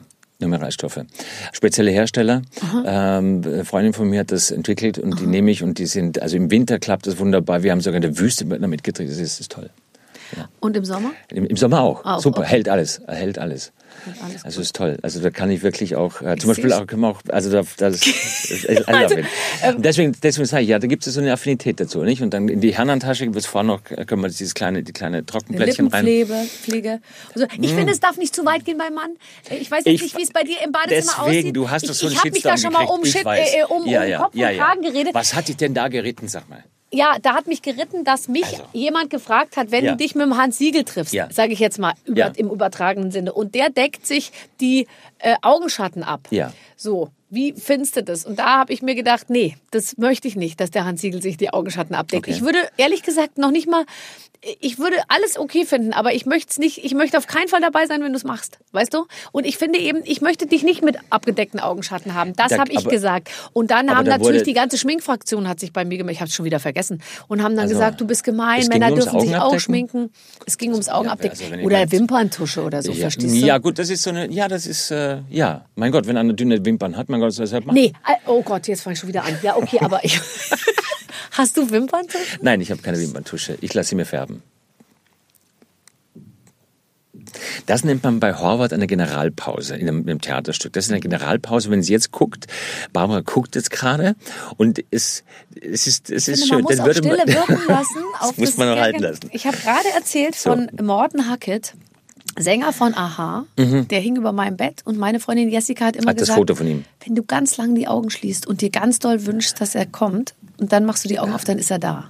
Nur Mineralstoffe. Spezielle Hersteller. Ähm, eine Freundin von mir hat das entwickelt und Aha. die nehme ich und die sind, also im Winter klappt das wunderbar. Wir haben sogar in der Wüste damit gedreht. Das ist, das ist toll. Ja. Und im Sommer? Im, im Sommer auch. auch Super, okay. hält alles. Hält alles. Alles also ist toll. Also da kann ich wirklich auch, äh, ich zum Beispiel auch, können wir auch, also da, das, I love it. Deswegen, deswegen sage ich, ja, da gibt es so eine Affinität dazu, nicht? Und dann in die Herrenhandtasche gibt es vorne noch, können wir dieses kleine, die kleine Trockenplättchen rein. Lippenpflege, Pflege. Also ich mm. finde, es darf nicht zu weit gehen beim Mann. Ich weiß jetzt ich, nicht, wie es bei dir im Badezimmer deswegen, aussieht. Deswegen, du hast doch so einen Ich, ich habe mich da schon mal um, Shit, äh, um, ja, um ja, Kopf ja, und ja. Kragen geredet. Was hat dich denn da geritten, sag mal? Ja, da hat mich geritten, dass mich also. jemand gefragt hat, wenn ja. du dich mit dem Hans Siegel triffst, ja. sage ich jetzt mal über, ja. im übertragenen Sinne, und der deckt sich die äh, Augenschatten ab. Ja. So, wie findest du das? Und da habe ich mir gedacht, nee, das möchte ich nicht, dass der Hans Siegel sich die Augenschatten abdeckt. Okay. Ich würde ehrlich gesagt noch nicht mal, ich würde alles okay finden, aber ich möchte es nicht, ich möchte auf keinen Fall dabei sein, wenn du es machst, weißt du? Und ich finde eben, ich möchte dich nicht mit abgedeckten Augenschatten haben. Das habe ich aber, gesagt. Und dann haben da natürlich die ganze Schminkfraktion hat sich bei mir gemeldet, ich habe es schon wieder vergessen, und haben dann also, gesagt, du bist gemein, Männer dürfen sich auch schminken. Es ging ums Augenabdecken ja, also oder Wimperntusche oder so, ja, verstehst du? Ja gut, das ist so eine, ja, das ist, äh, ja, mein Gott, wenn einer dünne Wimpern hat, mein Gott, was deshalb machen. Nee, oh Gott, jetzt fange ich schon wieder an. Ja, okay, aber ich... Hast du Wimperntusche? Nein, ich habe keine Wimperntusche. Ich lasse sie mir färben. Das nennt man bei Horvath eine Generalpause in einem, in einem Theaterstück. Das ist eine Generalpause, wenn sie jetzt guckt. Barbara guckt jetzt gerade und es, es ist, es ist finde, schön. Man muss das auch würde Stille man, wirken lassen. das auf muss das man noch halten Gegen- lassen. Ich habe gerade erzählt so. von Morten Hackett, Sänger von Aha, mhm. der hing über meinem Bett und meine Freundin Jessica hat immer hat gesagt, das Foto von ihm. Wenn du ganz lang die Augen schließt und dir ganz doll wünschst, dass er kommt und dann machst du die Augen ja. auf, dann ist er da.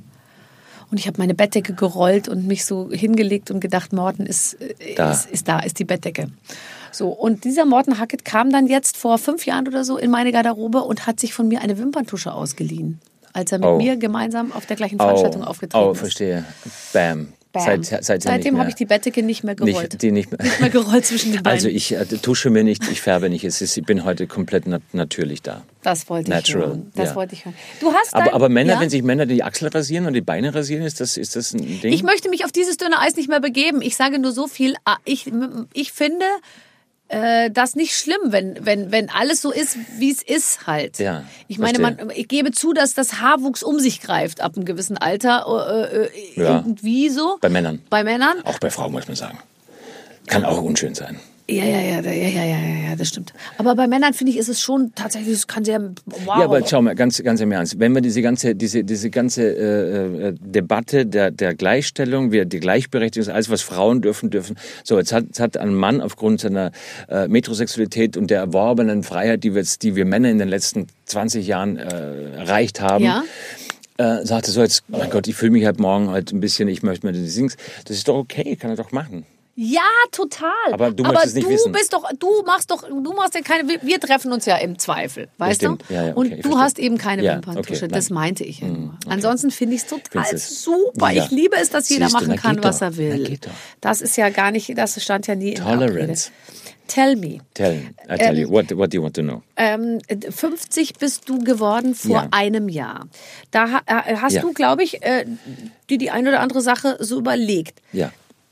Und ich habe meine Bettdecke gerollt und mich so hingelegt und gedacht, Morten ist da, ist, ist, da, ist die Bettdecke. So, und dieser Morten Hackett kam dann jetzt vor fünf Jahren oder so in meine Garderobe und hat sich von mir eine Wimperntusche ausgelient, als er mit oh. mir gemeinsam auf der gleichen Veranstaltung oh. aufgetreten ist. ist. Oh, verstehe. Bam. Bam. Seit, seit Seitdem habe ich die Bettdecke nicht mehr gerollt. Nicht, die nicht, mehr. nicht mehr gerollt zwischen den Beinen. Also ich äh, tusche mir nicht, ich färbe nicht. Es ist, ich bin heute komplett nat- natürlich da. Das wollte ich Natural. hören. Das ja. wollte ich hören. Du hast aber, dein, aber Männer, ja? wenn sich Männer die Achsel rasieren und die Beine rasieren, ist das, ist das ein Ding? Ich möchte mich auf dieses dünne Eis nicht mehr begeben. Ich sage nur so viel. Ich, ich finde äh, das nicht schlimm, wenn, wenn, wenn alles so ist, wie es ist halt. Ja, ich meine, man, ich gebe zu, dass das Haarwuchs um sich greift ab einem gewissen Alter. Äh, ja. Irgendwie so. Bei Männern. Bei Männern. Auch bei Frauen, muss man sagen. Kann auch unschön sein. Ja, ja, ja, ja, ja, ja, ja, das stimmt. Aber bei Männern, finde ich, ist es schon tatsächlich, es kann sehr, wow. Ja, aber schau mal, ganz, ganz im Ernst. Wenn wir diese ganze, diese, diese ganze äh, äh, Debatte der, der Gleichstellung, wir, die Gleichberechtigung, alles, was Frauen dürfen, dürfen. So, jetzt hat, jetzt hat ein Mann aufgrund seiner äh, Metrosexualität und der erworbenen Freiheit, die wir, jetzt, die wir Männer in den letzten zwanzig Jahren äh, erreicht haben, ja. äh, sagte so jetzt, mein Gott, ich fühle mich halt morgen halt ein bisschen, ich möchte mir die Sings. Das ist doch okay, kann er doch machen. Ja, total. Aber du möchtest es nicht du wissen. Bist doch, du machst doch, du machst ja keine, wir, wir treffen uns ja im Zweifel, weißt ja, du? Ja, ja, okay, und du verstehe. hast eben keine ja, Wimperntusche, okay, das meinte ich ja nur. Okay. Ansonsten finde ich es total Findest super. Ja. Ich liebe es, dass jeder Siehst du, machen kann, geht was doch. er will. Na, geht doch. Das ist ja gar nicht, das stand ja nie in der Tolerance. Abrede. Tell me. Tell, I tell Ähm, you, what, what do you want to know? Ähm, fünfzig bist du geworden vor Ja. einem Jahr. Da ha- äh, hast Ja. du, glaube ich, äh, dir die ein oder andere Sache so überlegt. Ja.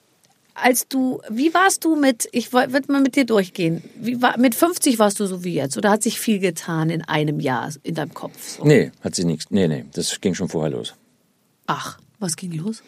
Als du, wie warst du mit, ich würde mal mit dir durchgehen, wie war, mit fünfzig warst du so wie jetzt oder hat sich viel getan in einem Jahr in deinem Kopf? So? Nee, hat sie nichts. Nee, nee, das ging schon vorher los. Ach, was ging los?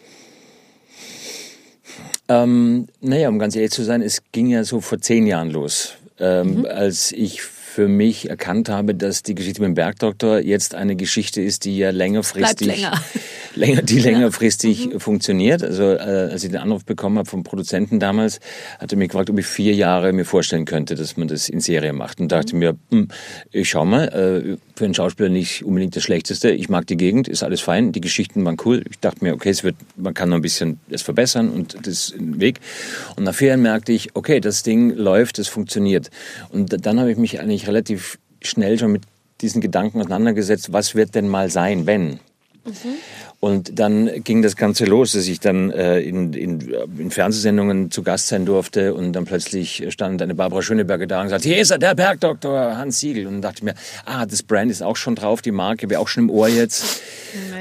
Ähm, naja, um ganz ehrlich zu sein, es ging ja so vor zehn Jahren los, ähm, mhm. als ich für mich erkannt habe, dass die Geschichte mit dem Bergdoktor jetzt eine Geschichte ist, die ja längerfristig, Bleibt länger. länger, die längerfristig mhm. funktioniert. Also äh, als ich den Anruf bekommen habe vom Produzenten damals, hat er mich gefragt, ob ich vier Jahre mir vorstellen könnte, dass man das in Serie macht. Und dachte mhm. mir, hm, ich schau mal, äh, für einen Schauspieler nicht unbedingt das Schlechteste. Ich mag die Gegend, ist alles fein, die Geschichten waren cool. Ich dachte mir, okay, es wird, man kann noch ein bisschen es verbessern und das ist ein Weg. Und nach vier Jahren merkte ich, okay, das Ding läuft, das funktioniert. Und dann habe ich mich eigentlich relativ schnell schon mit diesen Gedanken auseinandergesetzt, was wird denn mal sein, wenn? Mhm. Und dann ging das Ganze los, dass ich dann äh, in, in, in Fernsehsendungen zu Gast sein durfte und dann plötzlich stand eine Barbara Schöneberger da und sagte, hier ist er, der Bergdoktor Hans Siegel. Und dann dachte ich mir, ah, das Brand ist auch schon drauf, die Marke wäre auch schon im Ohr jetzt.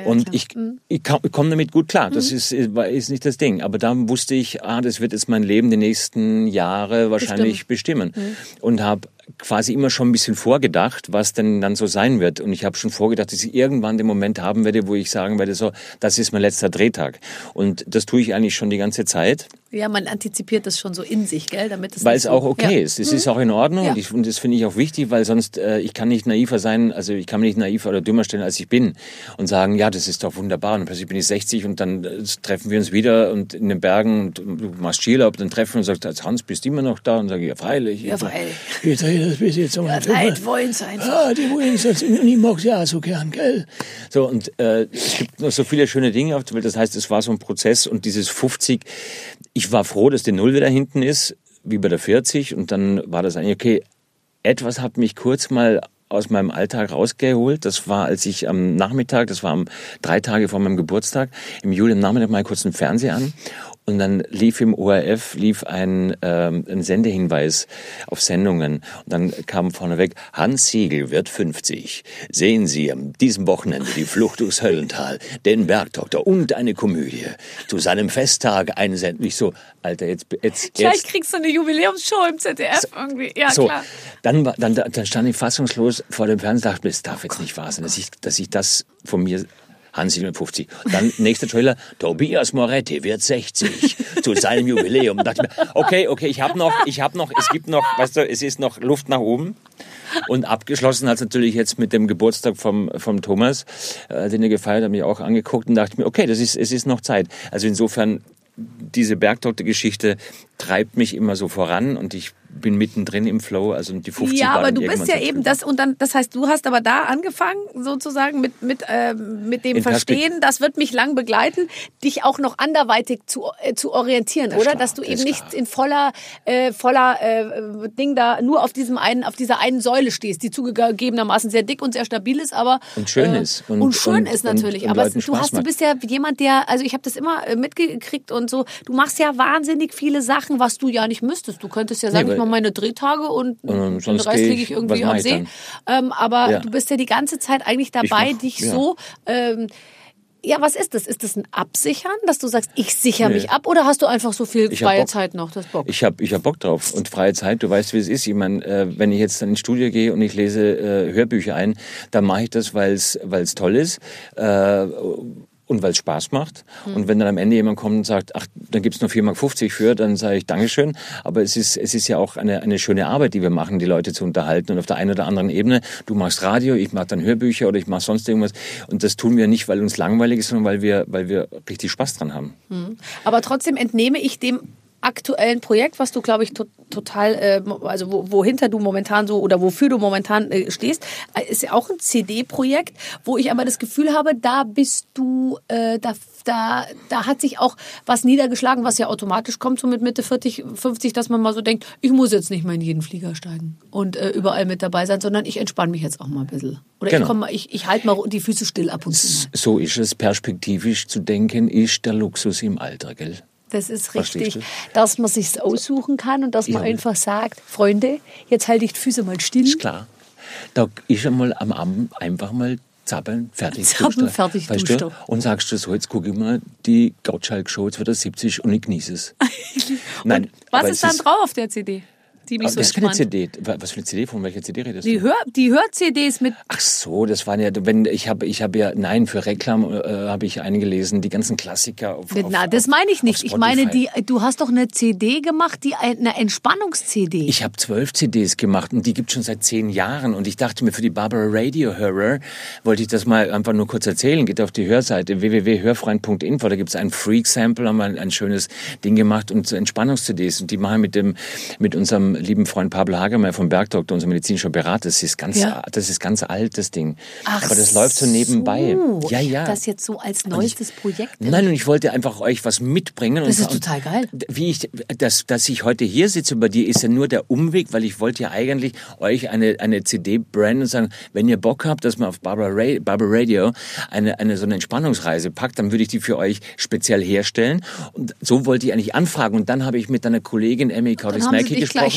ja, und klar. ich, Mhm. ich, ich komme damit gut klar. Das mhm. ist, ist nicht das Ding. Aber da wusste ich, ah, das wird jetzt mein Leben die nächsten Jahre wahrscheinlich bestimmen. bestimmen. Mhm. Und habe quasi immer schon ein bisschen vorgedacht, was denn dann so sein wird. Und ich habe schon vorgedacht, dass ich irgendwann den Moment haben werde, wo ich sagen werde, so, das ist mein letzter Drehtag. Und das tue ich eigentlich schon die ganze Zeit. Ja, man antizipiert das schon so in sich, gell? Damit es weil es so, auch okay ja. ist. Es mhm. ist auch in Ordnung. Ja. Und, ich, und das finde ich auch wichtig, weil sonst, äh, ich kann nicht naiver sein, also ich kann mich nicht naiver oder dümmer stellen, als ich bin. Und sagen, ja, das ist doch wunderbar. Und plötzlich bin ich sechzig und dann äh, treffen wir uns wieder und in den Bergen und du machst Skilaufen, dann treffen wir und sagst, als Hans, bist du immer noch da? Und sage ich, ja, freilich. Ja, freilich. Ich drehe das bis jetzt um ja, Leute wollen es einfach. Ja, die wollen es. Und ich mag es ja auch so gern, gell? So, und äh, es gibt noch so viele schöne Dinge auf der Welt. Das heißt, es war so ein Prozess und dieses fünfzig, ich war froh, dass die Null wieder hinten ist, wie bei der vierzig. Und dann war das eigentlich, okay, etwas hat mich kurz mal aus meinem Alltag rausgeholt. Das war, als ich am Nachmittag, das war am, drei Tage vor meinem Geburtstag, im Juli am Nachmittag mal kurz einen Fernseher an. Und dann lief im O R F lief ein, ähm, ein Sendehinweis auf Sendungen. Und dann kam vorneweg, Hans Siegel wird fünfzig. Sehen Sie an diesem Wochenende die Flucht durchs Höllental, den Bergdoktor und eine Komödie. Zu seinem Festtag einsenden. Ich so, Alter, jetzt... jetzt, jetzt. Gleich kriegst du eine Jubiläumsshow im Z D F irgendwie. Ja, so, klar. Dann, dann, dann stand ich fassungslos vor dem Fernseher und dachte, das darf jetzt nicht wahr sein, dass ich, dass ich das von mir... Hans siebenundfünfzig. Dann nächster Trailer, Tobias Moretti wird sechzig zu seinem Jubiläum. Da dachte ich mir, okay, okay, ich habe noch, ich habe noch, es gibt noch, weißt du, es ist noch Luft nach oben. Und abgeschlossen hat es natürlich jetzt mit dem Geburtstag vom, vom Thomas, äh, den er gefeiert hat, mich auch angeguckt und dachte mir, okay, das ist, es ist noch Zeit. Also insofern, diese Bergdoktor-Geschichte treibt mich immer so voran und ich bin mittendrin im Flow, also die fünfzig Ja, aber waren du bist ja so eben das und dann, das heißt, du hast aber da angefangen, sozusagen mit mit äh, mit dem Verstehen, das wird mich lang begleiten, dich auch noch anderweitig zu äh, zu orientieren, das oder? Klar, dass du das eben nicht klar. in voller äh, voller äh, Ding da nur auf diesem einen auf dieser einen Säule stehst, die zugegebenermaßen sehr dick und sehr stabil ist, aber und schön äh, ist und, und schön und, ist natürlich. Und, und aber Leuten du hast, du bist ja jemand, der, also ich habe das immer mitgekriegt und so. Du machst ja wahnsinnig viele Sachen, was du ja nicht müsstest. Du könntest ja sagen, nee, ich mache meine Drehtage und, und den Rest liege ich irgendwie am See. Ähm, aber ja. du bist ja die ganze Zeit eigentlich dabei, mach, dich ja. so... Ähm, ja, was ist das? Ist das ein Absichern, dass du sagst, ich sichere nee. mich ab? Oder hast du einfach so viel ich freie Zeit noch? Das Bock? Ich habe ich hab Bock drauf. Und freie Zeit, du weißt, wie es ist. Ich meine, äh, wenn ich jetzt dann ins Studio gehe und ich lese äh, Hörbücher ein, dann mache ich das, weil es toll ist. Äh, Und weil es Spaß macht. Mhm. Und wenn dann am Ende jemand kommt und sagt, ach, dann gibt's nur vier Mark fünfzig für, dann sage ich Dankeschön. Aber es ist, es ist ja auch eine, eine schöne Arbeit, die wir machen, die Leute zu unterhalten. Und auf der einen oder anderen Ebene, du machst Radio, ich mache dann Hörbücher oder ich mache sonst irgendwas. Und das tun wir nicht, weil uns langweilig ist, sondern weil wir, weil wir richtig Spaß dran haben. Mhm. Aber trotzdem entnehme ich dem aktuellen Projekt, was du, glaube ich, to- total, äh, also wo, wohinter du momentan so oder wofür du momentan äh, stehst, äh, ist ja auch ein C D-Projekt, wo ich aber das Gefühl habe, da bist du, äh, da, da, da hat sich auch was niedergeschlagen, was ja automatisch kommt, so mit Mitte vierzig, fünfzig, dass man mal so denkt, ich muss jetzt nicht mehr in jeden Flieger steigen und äh, überall mit dabei sein, sondern ich entspanne mich jetzt auch mal ein bisschen. Oder genau. ich, komm, ich, ich halte mal die Füße still ab und zu. So ist es, perspektivisch zu denken, ist der Luxus im Alter, gell? Das ist richtig, dass man sich's aussuchen kann und dass man ja. einfach sagt, Freunde, jetzt halte ich die Füße mal still. Ist klar. Da ist einmal am Abend einfach mal zappeln, fertig. Zappeln, fertig, weißt du? Und sagst du so, jetzt gucke ich mal die Gottschalk-Show zwanzig siebzig und ich genieße es. Nein, was ist dann drauf auf der C D? Die mich so das ist keine C D. Was für eine C D? Von welcher C D redest du? Die Hör, die Hör-C Ds mit... Ach so, das waren ja... Wenn, ich habe ich hab ja... Nein, für Reklam äh, habe ich eingelesen, die ganzen Klassiker auf, Na, auf, das meine ich nicht. Ich meine, die, du hast doch eine C D gemacht, die eine Entspannungs-C D. Ich habe zwölf C Ds gemacht und die gibt es schon seit zehn Jahren. Und ich dachte mir, für die Barbara Radio Hörer wollte ich das mal einfach nur kurz erzählen. Geht auf die Hörseite w w w punkt hörfreund punkt info. Da gibt es ein Freak-Sample, haben wir ein, ein schönes Ding gemacht und Entspannungs-C Ds. Und die machen mit dem mit unserem lieben Freund Pablo Hagemeyer vom Bergdoktor, unser medizinischer Berater, das ist ganz, ja. das ist ganz alt, das Ding. Ach aber das läuft so nebenbei. So. Ja, ja. Das jetzt so als neuestes ich, Projekt? Nein, und ich wollte einfach euch was mitbringen. Das und, ist total geil. Wie ich, dass, dass ich heute hier sitze bei dir, ist ja nur der Umweg, weil ich wollte ja eigentlich euch eine, eine C D branden und sagen, wenn ihr Bock habt, dass man auf Barbara, Ray, Barbara Radio eine, eine so eine Entspannungsreise packt, dann würde ich die für euch speziell herstellen. Und so wollte ich eigentlich anfragen. Und dann habe ich mit einer Kollegin, Emmy Kaurismäki, gesprochen.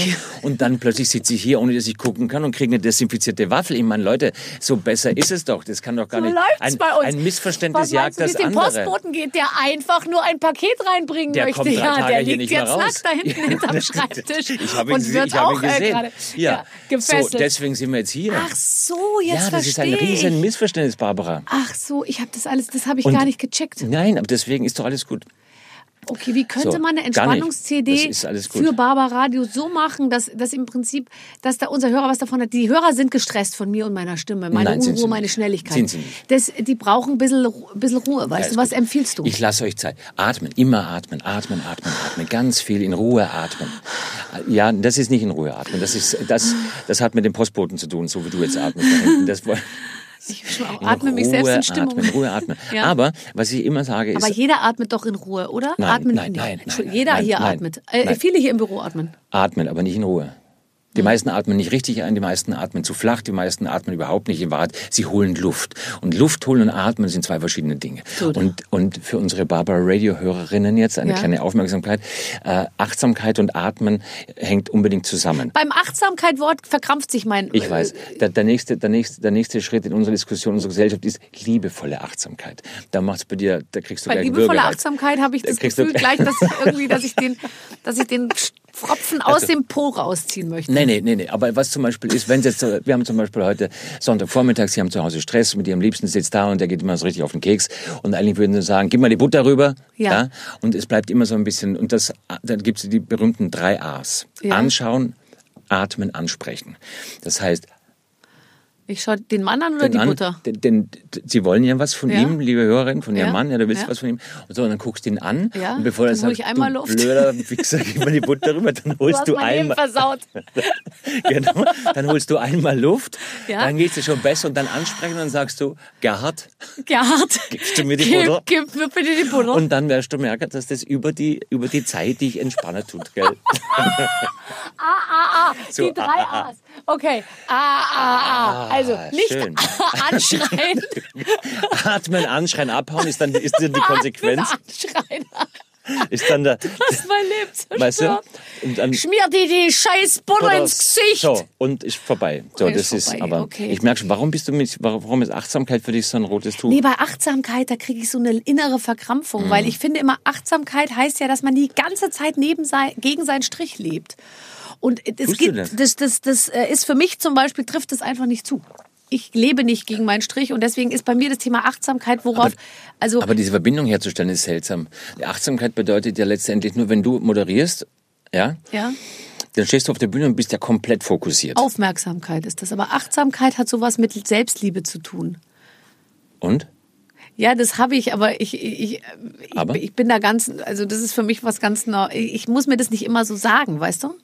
und dann plötzlich sitze ich hier, ohne dass ich gucken kann und kriege eine desinfizierte Waffel. Ich meine, Leute, so besser ist es doch. Das kann doch gar So nicht. läuft's Ein, bei uns. ein Missverständnis Was jagt meinst du, das wie es dem andere. Postboten geht, der einfach nur ein Paket reinbringen Der möchte? kommt drei Ja, Tage der hier liegt nicht jetzt mehr raus. nackt da hinten hinterm Schreibtisch Ich habe ihn, und gesehen, wird ich habe auch ihn äh, gesehen. gerade ja. ja, gefesselt. So, deswegen sind wir jetzt hier. Ach so, jetzt ja, das ist ein verstehe riesen ich. Missverständnis, Barbara. Ach so, ich habe das alles, das habe ich Und- gar nicht gecheckt. Nein, aber deswegen ist doch alles gut. Okay, wie könnte So, man eine gar nicht. Entspannungs-C Das D ist alles gut. für Barbara Radio so machen, dass, dass im Prinzip, dass da unser Hörer was davon hat? Die Hörer sind gestresst von mir und meiner Stimme, meine Nein, sind Unruhe, sie meine nicht. Schnelligkeit. Sind sie nicht. Das, die brauchen ein bisschen, Ru- ein bisschen Ruhe. Weißt Ja, du, ist was gut. empfiehlst du? Ich lasse euch Zeit. Atmen, immer atmen, atmen, atmen, atmen. Ganz viel in Ruhe atmen. Ja, das ist nicht in Ruhe atmen. Das, ist, das, das hat mit dem Postboten zu tun, so wie du jetzt atmest. Da hinten. Das, Ich atme in atme mich Ruhe selbst in Stimmung. Atmen, in Ruhe atmen. Ja. Aber was ich immer sage ist... Aber jeder atmet doch in Ruhe, oder? Nein, atmen, nein, nee, nein, Entschuldigung, nein, jeder nein, hier nein, atmet. Äh, nein. viele hier im Büro atmen. Atmen, aber nicht in Ruhe. Die meisten atmen nicht richtig ein, die meisten atmen zu flach, die meisten atmen überhaupt nicht in Wahrheit. Sie holen Luft. Und Luft holen und atmen sind zwei verschiedene Dinge. Gut. Und, und für unsere Barbara Radio-Hörerinnen jetzt eine Ja. kleine Aufmerksamkeit. Äh, Achtsamkeit und Atmen hängt unbedingt zusammen. Beim Achtsamkeit-Wort verkrampft sich mein... Ich weiß, der, der, nächste, der, nächste, der nächste Schritt in unserer Diskussion, unserer Gesellschaft ist liebevolle Achtsamkeit. Da macht's bei dir, da kriegst du Bei gleich einen liebevoller Würgereiz. Achtsamkeit habe ich Da das kriegst Gefühl du- gleich, dass ich irgendwie, dass ich den, dass ich den Pfropfen aus dem Po rausziehen möchte. Nee, nee, nee, nee. Aber was zum Beispiel ist, wenn Sie jetzt, so- wir haben zum Beispiel heute Sonntagvormittag, Sie haben zu Hause Stress, mit Ihrem Liebsten sitzt da und der geht immer so richtig auf den Keks. Und eigentlich würden Sie sagen, gib mal die Butter rüber. Ja. Und es bleibt immer so ein bisschen, und das, dann gibt es die berühmten drei A's. Ja. Anschauen, atmen, ansprechen. Das heißt, Ich schaue den Mann an oder den die an, Butter? Den, den, Sie wollen ja was von Ja. ihm, liebe Hörerin, von Ihrem Ja. Mann, ja, du willst Ja. was von ihm. Und so, und dann guckst du ihn an. Ja. Und bevor er Dann hol sagt, ich einmal du Luft. blöder Wichser, gib mal die Butter rüber, dann Du holst hast du, mein Leben einmal, versaut. genau, dann holst du einmal Luft, Ja. dann geht's dir schon besser und dann ansprechen und dann sagst du, Gerhard, Gerhard, gibst du mir die gib, Butter? gib mir bitte die Butter. Und dann wirst du merken, dass das über die, über die Zeit dich entspannen tut, gell? Ah, ah, ah, So, die drei ah, ah, ah. A's. Okay, ah, ah, ah. Also nicht schön. anschreien. Atmen, anschreien, abhauen ist dann, ist dann die Konsequenz. Anschreien. Ist dann der, Das ist mein Leben zerstört. weißt du? Und dann, Schmier dir die scheiß Butter ins Gesicht. So, und ist vorbei. So, Okay, das ist ist, vorbei, aber okay. ich merke schon, warum bist du mit, warum ist Achtsamkeit für dich so ein rotes Tuch? Nee, bei Achtsamkeit, da kriege ich so eine innere Verkrampfung, Mhm. weil ich finde immer, Achtsamkeit heißt ja, dass man die ganze Zeit neben sein, gegen seinen Strich lebt. Und es Tust du gibt, das? das, das, das äh, ist für mich zum Beispiel, trifft es einfach nicht zu. Ich lebe nicht gegen meinen Strich und deswegen ist bei mir das Thema Achtsamkeit, worauf, Aber- also Aber diese Verbindung herzustellen ist seltsam. Die Achtsamkeit bedeutet ja letztendlich nur, wenn du moderierst, ja, ja, dann stehst du auf der Bühne und bist ja komplett fokussiert. Aufmerksamkeit ist das. Aber Achtsamkeit hat sowas mit Selbstliebe zu tun. Und? Ja, das habe ich, aber ich, ich, ich, Aber? ich bin da ganz, also das ist für mich was ganz neu. Ich muss mir das nicht immer so sagen, weißt du?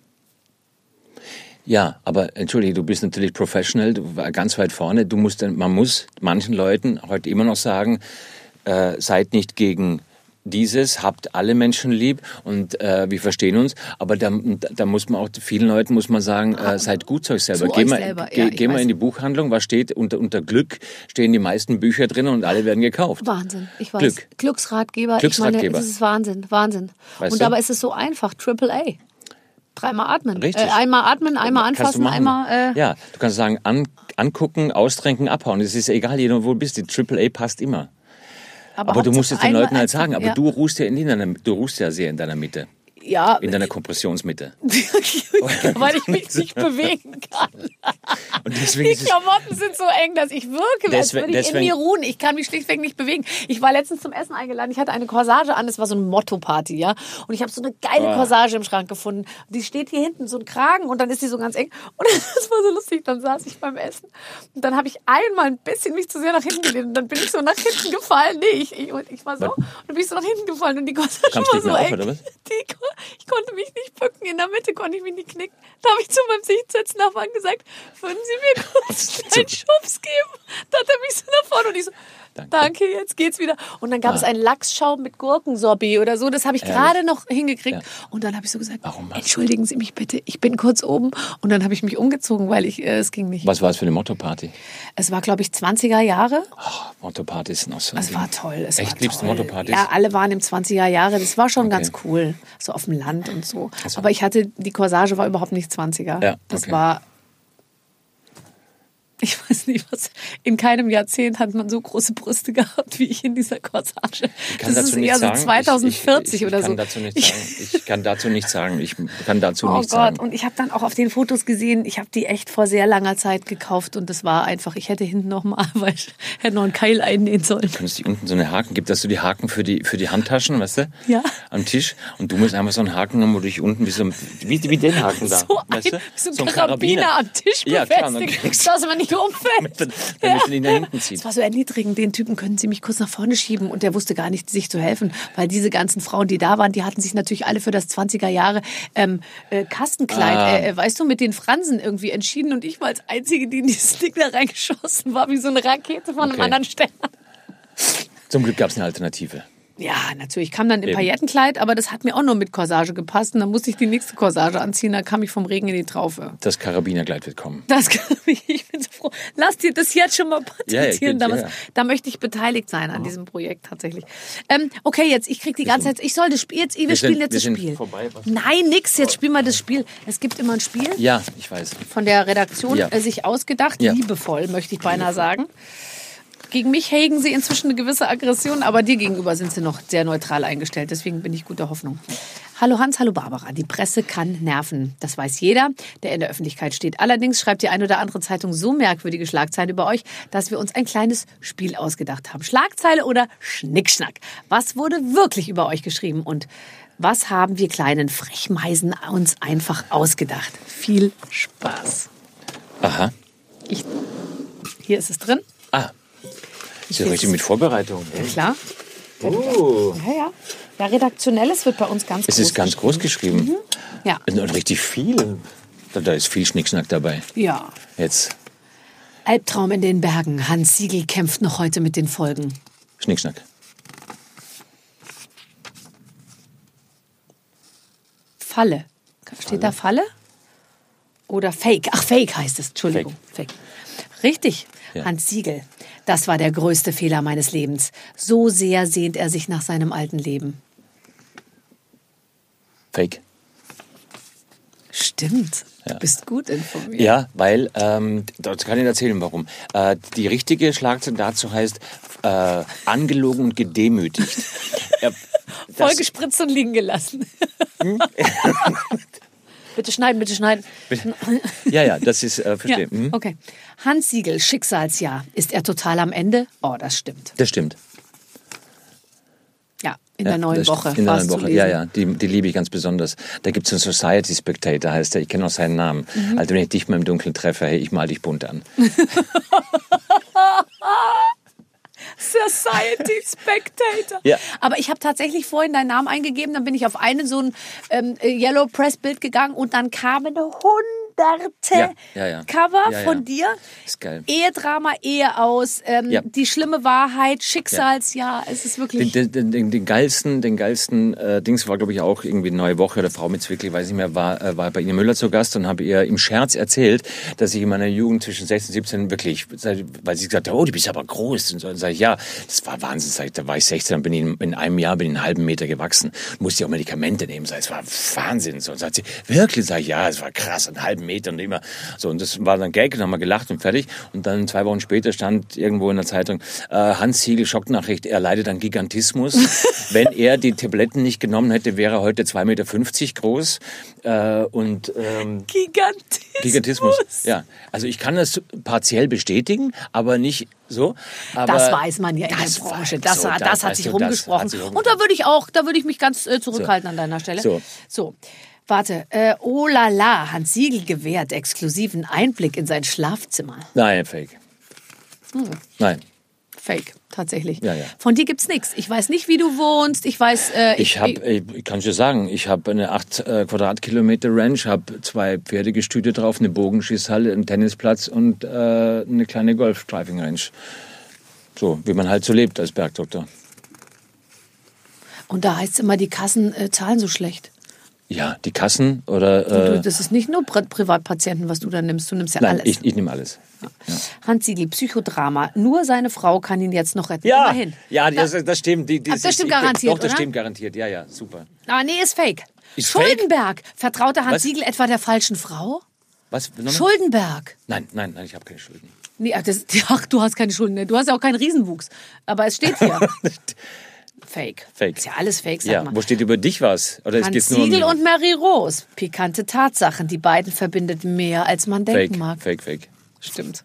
Ja, aber entschuldige, du bist natürlich professional, du war ganz weit vorne. Du musst, man muss manchen Leuten heute immer noch sagen, äh, seid nicht gegen dieses, habt alle Menschen lieb und äh, wir verstehen uns. Aber da, da muss man auch vielen Leuten muss man sagen, äh, seid gut zu euch selber. Zu Geh euch mal, selber, geh, ja, ich geh mal weiß. in die Buchhandlung, was steht unter, unter Glück stehen die meisten Bücher drin und alle werden gekauft. Wahnsinn, ich weiß. Glück. Glücksratgeber. Glücksratgeber. Ich meine, das ist Wahnsinn, Wahnsinn. Weißt und du? dabei ist es so einfach, Triple A. Dreimal atmen. Richtig. Äh, einmal atmen, einmal Kannst du anfassen, machen. einmal... Äh, ja, du kannst sagen, an, angucken, austrinken, abhauen. Es ist ja egal, jeder, wo du bist. Die Triple A passt immer. Aber, du Hauptsache musst es den einmal Leuten halt einfach- sagen. Aber ja. du ruhst ja in deiner, du ruhst ja sehr in deiner Mitte. Ja, In deiner Kompressionsmitte. weil ich mich nicht bewegen kann. Und deswegen Die ist es, Klamotten sind so eng, dass ich wirke, als Deswegen- würde ich in deswegen- mir ruhen. Ich kann mich schlichtweg nicht bewegen. Ich war letztens zum Essen eingeladen. Ich hatte eine Corsage an. Das war so eine Motto-Party, ja. Und ich habe so eine geile Ah. Corsage im Schrank gefunden. Die steht hier hinten, so ein Kragen. Und dann ist die so ganz eng. Und das war so lustig. Dann saß ich beim Essen. Und dann habe ich einmal ein bisschen mich zu sehr nach hinten gelehnt. Und dann bin ich so nach hinten gefallen. Nee, ich, ich, ich war so. Und dann bin ich so nach hinten gefallen. Und die Corsage Kamst war nicht so mehr auf, eng. oder was? Die, ich konnte mich nicht bücken. In der Mitte konnte ich mich nicht knicken. Da habe ich zu meinem Sitznachbarn gesagt, würden Sie mir kurz einen Schubs geben? Da hat er mich so nach vorne und ich so, Danke. Danke, jetzt geht's wieder. Und dann gab Ah. es einen Lachsschaum mit Gurkensorbi oder so. Das habe ich gerade noch hingekriegt. Ja. Und dann habe ich so gesagt, Warum machst du- entschuldigen Sie mich bitte, ich bin kurz oben. Und dann habe ich mich umgezogen, weil ich, äh, es ging nicht. Was war es für eine Motto-Party? Es war, glaube ich, zwanziger Jahre. Oh, Motto-Party ist noch so ein Es Ding. war toll. Es Echt, war liebst du toll. Motto-Partys? Ja, alle waren im zwanziger Jahre. Das war schon Okay. ganz cool. So auf dem Land und so. so. Aber ich hatte, die Corsage war überhaupt nicht zwanziger. Ja, Das okay. war, ich weiß nicht, was, in keinem Jahrzehnt hat man so große Brüste gehabt, wie ich in dieser Corsage. Ich kann Das dazu ist eher nichts so sagen. zweitausendvierzig ich, ich, ich, oder ich so. kann dazu nichts sagen. Ich kann dazu nichts sagen. Ich kann dazu Oh nichts Gott, sagen. und ich habe dann auch auf den Fotos gesehen, ich habe die echt vor sehr langer Zeit gekauft und das war einfach, ich hätte hinten noch mal, weil ich hätte noch einen Keil einnähen sollen. Könntest du unten so eine Haken, gibt das so die Haken für die, für die Handtaschen, weißt du? Ja. Am Tisch. Und du musst einfach so einen Haken haben, wo du dich unten wie so ein, wie, wie den Haken da. So ein, weißt du? so ein Karabiner am Tisch Ja, klar, dann befestigt, kriegst dass man nicht umfällt. damit, damit du ihn nach hinten Es ziehst. war so erniedrigend, den Typen können Sie mich kurz nach vorne schieben und der wusste gar nicht, sich zu helfen, weil diese ganzen Frauen, die da waren, die hatten sich natürlich alle für das zwanziger Jahre ähm, äh, Kastenkleid, Ah. äh, weißt du, mit den Fransen irgendwie entschieden und ich war als Einzige, die in dieses Ding da reingeschossen war, wie so eine Rakete von einem Okay. anderen Stern. Zum Glück gab es eine Alternative. Ja, natürlich kam dann im Eben. Paillettenkleid, aber das hat mir auch nur mit Corsage gepasst und dann musste ich die nächste Corsage anziehen, da kam ich vom Regen in die Traufe. Das Karabinerkleid wird kommen. Das kann ich, ich bin so froh. Lass dir das jetzt schon mal Ja, ja, patentieren. ja, da, ja. da möchte ich beteiligt sein an diesem Projekt tatsächlich. Ähm, okay, jetzt, ich krieg die ganze Zeit, ich soll das Spiel, jetzt, wir, Wir spielen sind- jetzt wir das sind Spiel. vorbei, was? Nein, nix, jetzt spielen wir das Spiel. Es gibt immer ein Spiel, Ja, ich weiß. von der Redaktion Ja. äh, sich ausgedacht, Ja. liebevoll, möchte ich beinahe sagen. Gegen mich hegen sie inzwischen eine gewisse Aggression, aber dir gegenüber sind sie noch sehr neutral eingestellt. Deswegen bin ich guter Hoffnung. Hallo Hans, hallo Barbara. Die Presse kann nerven. Das weiß jeder, der in der Öffentlichkeit steht. Allerdings schreibt die ein oder andere Zeitung so merkwürdige Schlagzeilen über euch, dass wir uns ein kleines Spiel ausgedacht haben. Schlagzeile oder Schnickschnack? Was wurde wirklich über euch geschrieben und was haben wir kleinen Frechmeisen uns einfach ausgedacht? Viel Spaß. Aha. Ich, hier ist es drin. Ah. Ist ja richtig mit Vorbereitung. Ja, klar. Oh. Ja, ja. Ja, Redaktionelles wird bei uns ganz Es groß ist ganz groß geschrieben. Ja. Und richtig viel. Da, da ist viel Schnickschnack dabei. Ja. Jetzt Albtraum in den Bergen. Hans Siegel kämpft noch heute mit den Folgen. Schnickschnack. Falle. Steht da Falle? Oder Fake? Ach, Fake heißt es. Entschuldigung. Fake. Richtig. Ja. Hans Siegel. Das war der größte Fehler meines Lebens. So sehr sehnt er sich nach seinem alten Leben. Fake. Stimmt. Ja. Du bist gut informiert. Ja, weil, ähm, das kann ich erzählen, warum. Äh, die richtige Schlagzeile dazu heißt, äh, angelogen und gedemütigt. Ja, das- Vollgespritzt und liegen gelassen. Bitte schneiden, bitte schneiden. ja, ja, das ist, äh, Ja, verstehe. Mhm. okay. Hans Siegel, Schicksalsjahr. Ist er total am Ende? Oh, das stimmt. Das stimmt. Ja, in Ja, der neuen das Woche. stimmt. In der war's neuen zu Woche, lesen. ja, ja, die, die liebe ich ganz besonders. Da gibt es einen Society Spectator, heißt der. Ich kenne auch seinen Namen. Mhm. Also wenn ich dich mal im Dunkeln treffe, hey, ich mal dich bunt an. Society Spectator. Ja. Aber ich habe tatsächlich vorhin deinen Namen eingegeben, dann bin ich auf eine so ein ähm, Yellow Press Bild gegangen und dann kamen hunderte Ja, ja, ja. Cover Ja, ja. von dir. Ist geil. Ehedrama, Ehe aus, ähm, Ja. die schlimme Wahrheit, Schicksalsjahr. Es ist wirklich... Den, den, den, den geilsten, den geilsten äh, Dings war, glaube ich, auch irgendwie Neue Woche oder Frau mit Zwickli, weiß nicht mehr, war, äh, war bei Ine Müller zu Gast und habe ihr im Scherz erzählt, dass ich in meiner Jugend zwischen sechzehn und siebzehn wirklich, weil sie gesagt hat, oh, du bist aber groß. Und so, sage ich, ja, das war Wahnsinn. Sag ich, da war ich sechzehn, dann bin ich in, in einem Jahr bin ich einen halben Meter gewachsen. Musste ich auch Medikamente nehmen. Sag ich, es war Wahnsinn. So, und sagt sie, wirklich? Sag ich, ja, es war krass, einen halben Meter und immer. So, und das war dann Gag, und haben wir gelacht und fertig. Und dann zwei Wochen später stand irgendwo in der Zeitung, äh, Hans Siegel, Schocknachricht, er leidet an Gigantismus. Wenn er die Tabletten nicht genommen hätte, wäre er heute zwei Meter fünfzig groß. Äh, und ähm, Gigantismus. Gigantismus, ja. Also ich kann das partiell bestätigen, aber nicht so. Aber Das weiß man ja in das der Branche. war- Das, so, hat- da- das hat weißt sich du, das rumgesprochen. hat sich Und da würde ich auch, da würde ich mich ganz äh, zurückhalten So. an deiner Stelle. So. so. Warte, äh, oh la la, Hans Siegel gewährt exklusiven Einblick in sein Schlafzimmer. Nein, Fake. Nein. Fake, tatsächlich. Ja, ja. Von dir gibt's nichts. Ich weiß nicht, wie du wohnst. Ich weiß, äh, Ich habe, ich kann dir sagen, ich habe eine acht äh, Quadratkilometer Ranch, habe zwei Pferdegestüte drauf, eine Bogenschießhalle, einen Tennisplatz und äh, eine kleine Golf-Driving-Range. So, wie man halt so lebt als Bergdoktor. Und da heißt es immer, die Kassen äh, zahlen so schlecht. Ja, die Kassen oder... Äh, du, das ist nicht nur Pri- Privatpatienten, was du da nimmst. Du nimmst ja nein, alles. ich, ich nehme alles. Ja. Hans Siegel, Psychodrama. Nur seine Frau kann ihn jetzt noch retten. Ja, Immerhin. ja das, das stimmt. Die, die, Ach, das stimmt ich, garantiert, Doch, das oder? stimmt garantiert. Ja, ja, super. Ah, nee, ist fake. Ist Schuldenberg. Vertraute Hans Was? Siegel etwa der falschen Frau? Was? Nochmal? Schuldenberg. Nein, nein, nein, ich habe keine Schulden. Nee, ach, das, ach, du hast keine Schulden. Ne? Du hast ja auch keinen Riesenwuchs. Aber es steht hier. Fake. Fake. Ist ja alles Fake, sag Ja, mal. wo steht über dich was? Oder es Hans geht's nur um Siegel mich? und Mary Rose. Pikante Tatsachen. Die beiden verbindet mehr, als man denken Fake, mag. fake, fake. Stimmt.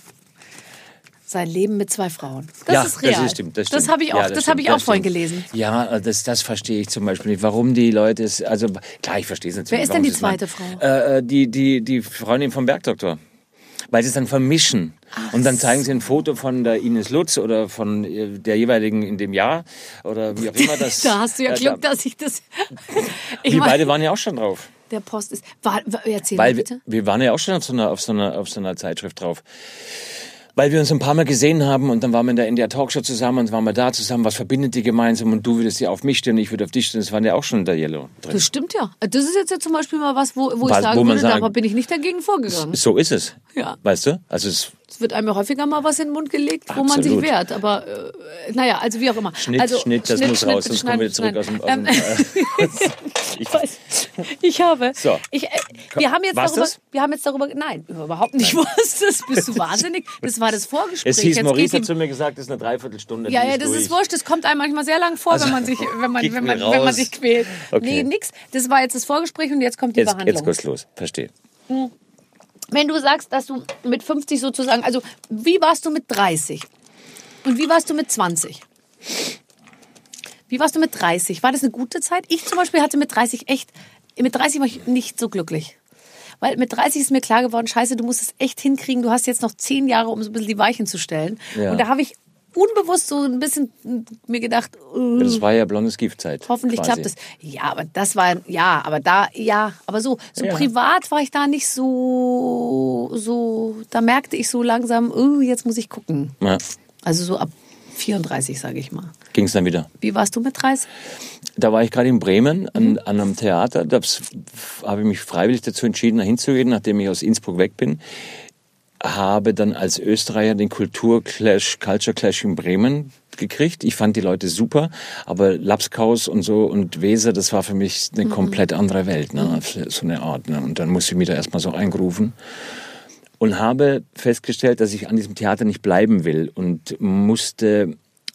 Sein Leben mit zwei Frauen. Das ja, ist real. Das, ist, stimmt, das, das stimmt. habe ich auch, ja, das stimmt, habe ich auch das vorhin stimmt. gelesen. Ja, das, das verstehe ich zum Beispiel nicht. Warum die Leute es, also klar, ich verstehe es natürlich. Wer ist warum denn die sie es machen. zweite Frau? Äh, die, die, die Freundin vom Bergdoktor. Weil sie es dann vermischen. Ach und dann zeigen sie ein Foto von der Ines Lutz oder von äh, der jeweiligen in dem Jahr oder wie auch immer das. Da hast du ja äh, Glück, da, dass ich das... Ich wir mein, beide waren ja auch schon drauf. der Post ist... War, war, erzähl Weil mir wir, bitte. wir waren ja auch schon auf so, einer, auf, so einer, auf so einer Zeitschrift drauf. Weil wir uns ein paar Mal gesehen haben und dann waren wir in der, in der Talkshow zusammen und waren wir da zusammen, was verbindet die gemeinsam und du würdest ja auf mich stehen und ich würde auf dich stehen. Das waren ja auch schon in der Yellow drin. Das stimmt ja. Das ist jetzt ja zum Beispiel mal was, wo, wo ich Was- sagen wo man würde, sagen- da bin ich nicht dagegen vorgegangen. So ist es. Ja. Weißt du? Also es Es wird einem ja häufiger mal was in den Mund gelegt, wo man sich Absolut. wehrt. Aber äh, naja, also wie auch immer. Schnitt, also, Schnitt, das muss raus, sonst kommen wir zurück aus dem... Aus dem Ähm, äh, ich, Ich habe. So. Ich, äh, wir haben jetzt War's darüber. das? Wir haben jetzt darüber. Nein, überhaupt nicht. Was das? Bist du wahnsinnig? Das war das Vorgespräch. es hieß, Jetzt Maurice geht hat die- zu mir gesagt, das ist eine Dreiviertelstunde. Ja, die ja, das durch. ist wurscht. Das kommt einem manchmal sehr lang vor, Also, wenn man sich, wenn man, kick wenn mir man, wenn man raus. sich quält. Okay. Nee, nix. Das war jetzt das Vorgespräch und jetzt kommt die Jetzt, Behandlung. jetzt geht's los. Verstehe. Wenn du sagst, dass du mit fünfzig sozusagen, also wie warst du mit dreißig? Und wie warst du mit zwanzig? Wie warst du mit dreißig? War das eine gute Zeit? Ich zum Beispiel hatte mit dreißig echt, mit dreißig war ich nicht so glücklich. Weil mit dreißig ist mir klar geworden, scheiße, du musst es echt hinkriegen. Du hast jetzt noch zehn Jahre, um so ein bisschen die Weichen zu stellen. Ja. Und da habe ich unbewusst so ein bisschen mir gedacht, uh, Das war ja blondes Giftzeit. hoffentlich quasi. klappt es. Ja, aber das war, ja, aber da, ja, aber so, so Ja. privat war ich da nicht so, so, da merkte ich so langsam, uh, jetzt muss ich gucken. Ja. Also so ab vierunddreißig, sage ich mal. Ging es dann wieder. Wie warst du mit dreißig? Da war ich gerade in Bremen an, an einem Theater. Da habe ich mich freiwillig dazu entschieden, da hinzugehen, nachdem ich aus Innsbruck weg bin. Habe dann als Österreicher den Kulturclash, Culture Clash in Bremen gekriegt. Ich fand die Leute super, aber Lapskaus und so und Weser, das war für mich eine komplett andere Welt, ne? So eine Art. Ne? Und dann musste ich mich da erstmal so eingerufen. Und habe festgestellt, dass ich an diesem Theater nicht bleiben will und musste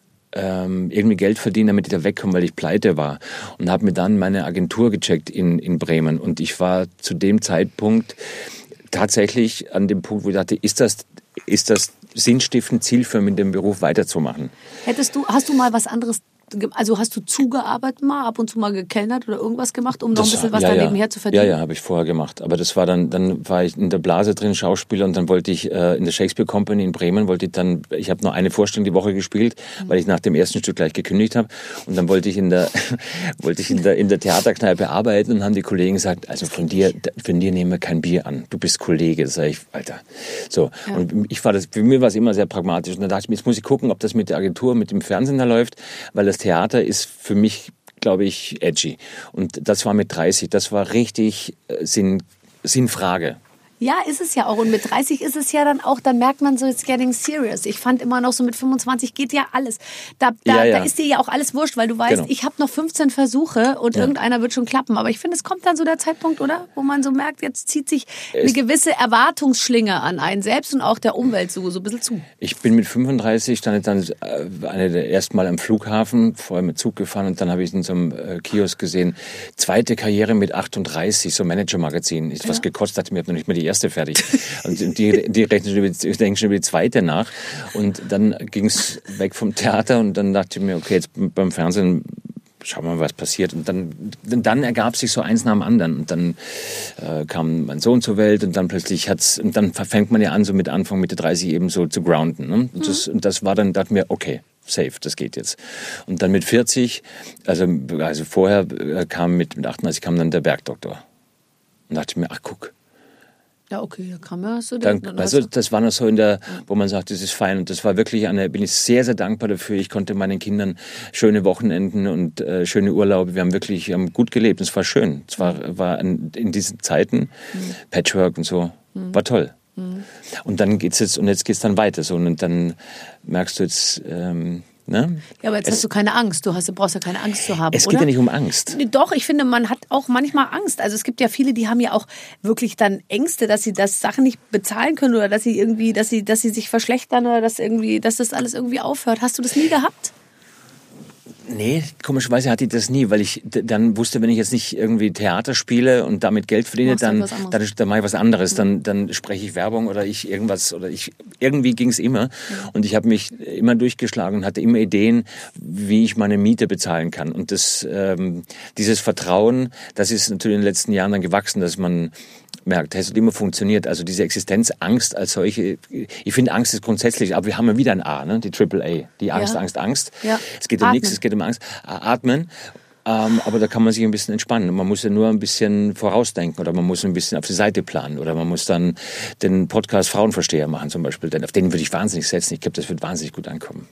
ähm, irgendwie Geld verdienen, damit ich da wegkomme, weil ich pleite war. Und habe mir dann meine Agentur gecheckt in, in Bremen. Und ich war zu dem Zeitpunkt tatsächlich an dem Punkt, wo ich dachte, ist das, ist das sinnstiftend, zielführend mit dem Beruf weiterzumachen? Hättest du, hast du mal was anderes, ge- also hast du zugearbeitet mal, ab und zu mal gekellnert oder irgendwas gemacht, um noch ein bisschen was ja, da ja. nebenher zu verdienen? Ja, ja, habe ich vorher gemacht. Aber das war dann, dann war ich in der Blase drin, Schauspieler, und dann wollte ich äh, in der Shakespeare Company in Bremen, wollte ich dann, ich habe nur eine Vorstellung die Woche gespielt, Mhm. weil ich nach dem ersten Stück gleich gekündigt habe. Und dann wollte ich in der, wollte ich in der, in der Theaterkneipe arbeiten und haben die Kollegen gesagt, also von dir, von dir nehmen wir kein Bier an. Du bist Kollege. Sag ich, Alter. So. Ja. Und ich war das, für mich war es immer sehr pragmatisch. Und dann dachte ich mir, jetzt muss ich gucken, ob das mit der Agentur, mit dem Fernsehen da läuft, weil das Theater ist für mich, glaube ich, edgy. Und das war mit dreißig, das war richtig äh, Sinn, Sinnfrage. Ja, ist es ja auch. Und mit dreißig ist es ja dann auch, dann merkt man so, it's getting serious. Ich fand immer noch so mit fünfundzwanzig geht ja alles. Da, da, Ja, ja. da ist dir ja auch alles wurscht, weil du weißt, Genau. ich habe noch fünfzehn Versuche und Ja. irgendeiner wird schon klappen. Aber ich finde, es kommt dann so der Zeitpunkt, oder? Wo man so merkt, jetzt zieht sich eine Es- gewisse Erwartungsschlinge an einen selbst und auch der Umwelt so, so ein bisschen zu. Ich bin mit fünfunddreißig, stand ich dann äh, eine der ersten Mal am Flughafen, vorher mit Zug gefahren und dann habe ich in so einem äh, Kiosk gesehen, zweite Karriere mit achtunddreißig, so Manager-Magazin. Ist was gekostet, hatte mir habe noch nicht mal die erste fertig. Und die, die rechnen schon über, die- denken schon über die zweite nach. Und dann ging es weg vom Theater und dann dachte ich mir, okay, jetzt beim Fernsehen schauen wir mal, was passiert. Und dann, dann ergab sich so eins nach dem anderen. Und dann äh, kam mein Sohn zur Welt und dann plötzlich hat's, und dann fängt man ja an, so mit Anfang, Mitte dreißig eben so zu grounden. Ne? Und, das, und das war dann, dachte mir, okay, safe, das geht jetzt. Und dann mit vierzig, also, also vorher äh, kam mit, mit achtunddreißig kam dann der Bergdoktor. Und dachte mir, ach guck, Ja, okay, da kann man so Dann, denken. also, das war noch so in der, wo man sagt, das ist fein. Und das war wirklich eine, bin ich sehr, sehr dankbar dafür. Ich konnte meinen Kindern schöne Wochenenden und äh, schöne Urlaube. Wir haben wirklich, wir haben gut gelebt. Es war schön. Es war, war in, in diesen Zeiten, mhm. Patchwork und so, mhm. war toll. Mhm. Und dann geht's jetzt, und jetzt geht's dann weiter so. Und dann merkst du jetzt, ähm, ne? Ja, aber jetzt es, hast du keine Angst. Du, hast, du brauchst ja keine Angst zu haben, Es oder? geht ja nicht um Angst. Doch, ich finde, man hat auch manchmal Angst. Also es gibt ja viele, die haben ja auch wirklich dann Ängste, dass sie das Sachen nicht bezahlen können oder dass sie irgendwie, dass sie, dass sie sich verschlechtern oder dass irgendwie, dass das alles irgendwie aufhört. Hast du das nie gehabt? Nee, komischerweise hatte ich das nie, weil ich d- dann wusste, wenn ich jetzt nicht irgendwie Theater spiele und damit Geld verdiene, dann, dann, dann mache ich was anderes. Mhm. Dann, dann spreche ich Werbung oder ich irgendwas oder ich irgendwie ging es immer. Mhm. Und ich habe mich immer durchgeschlagen und hatte immer Ideen, wie ich meine Miete bezahlen kann. Und das, ähm, dieses Vertrauen, das ist natürlich in den letzten Jahren dann gewachsen, dass man merkt, es hat immer funktioniert. Also diese Existenzangst als solche, ich finde Angst ist grundsätzlich, aber wir haben ja wieder ein A, ne? Die Triple A, die Angst, ja. Angst, Angst. Ja. Es geht um nichts, es geht um Angst. Atmen. Ähm, aber da kann man sich ein bisschen entspannen. Man muss ja nur ein bisschen vorausdenken oder man muss ein bisschen auf die Seite planen oder man muss dann den Podcast Frauenversteher machen zum Beispiel. Denn auf den würde ich wahnsinnig setzen. Ich glaube, das wird wahnsinnig gut ankommen.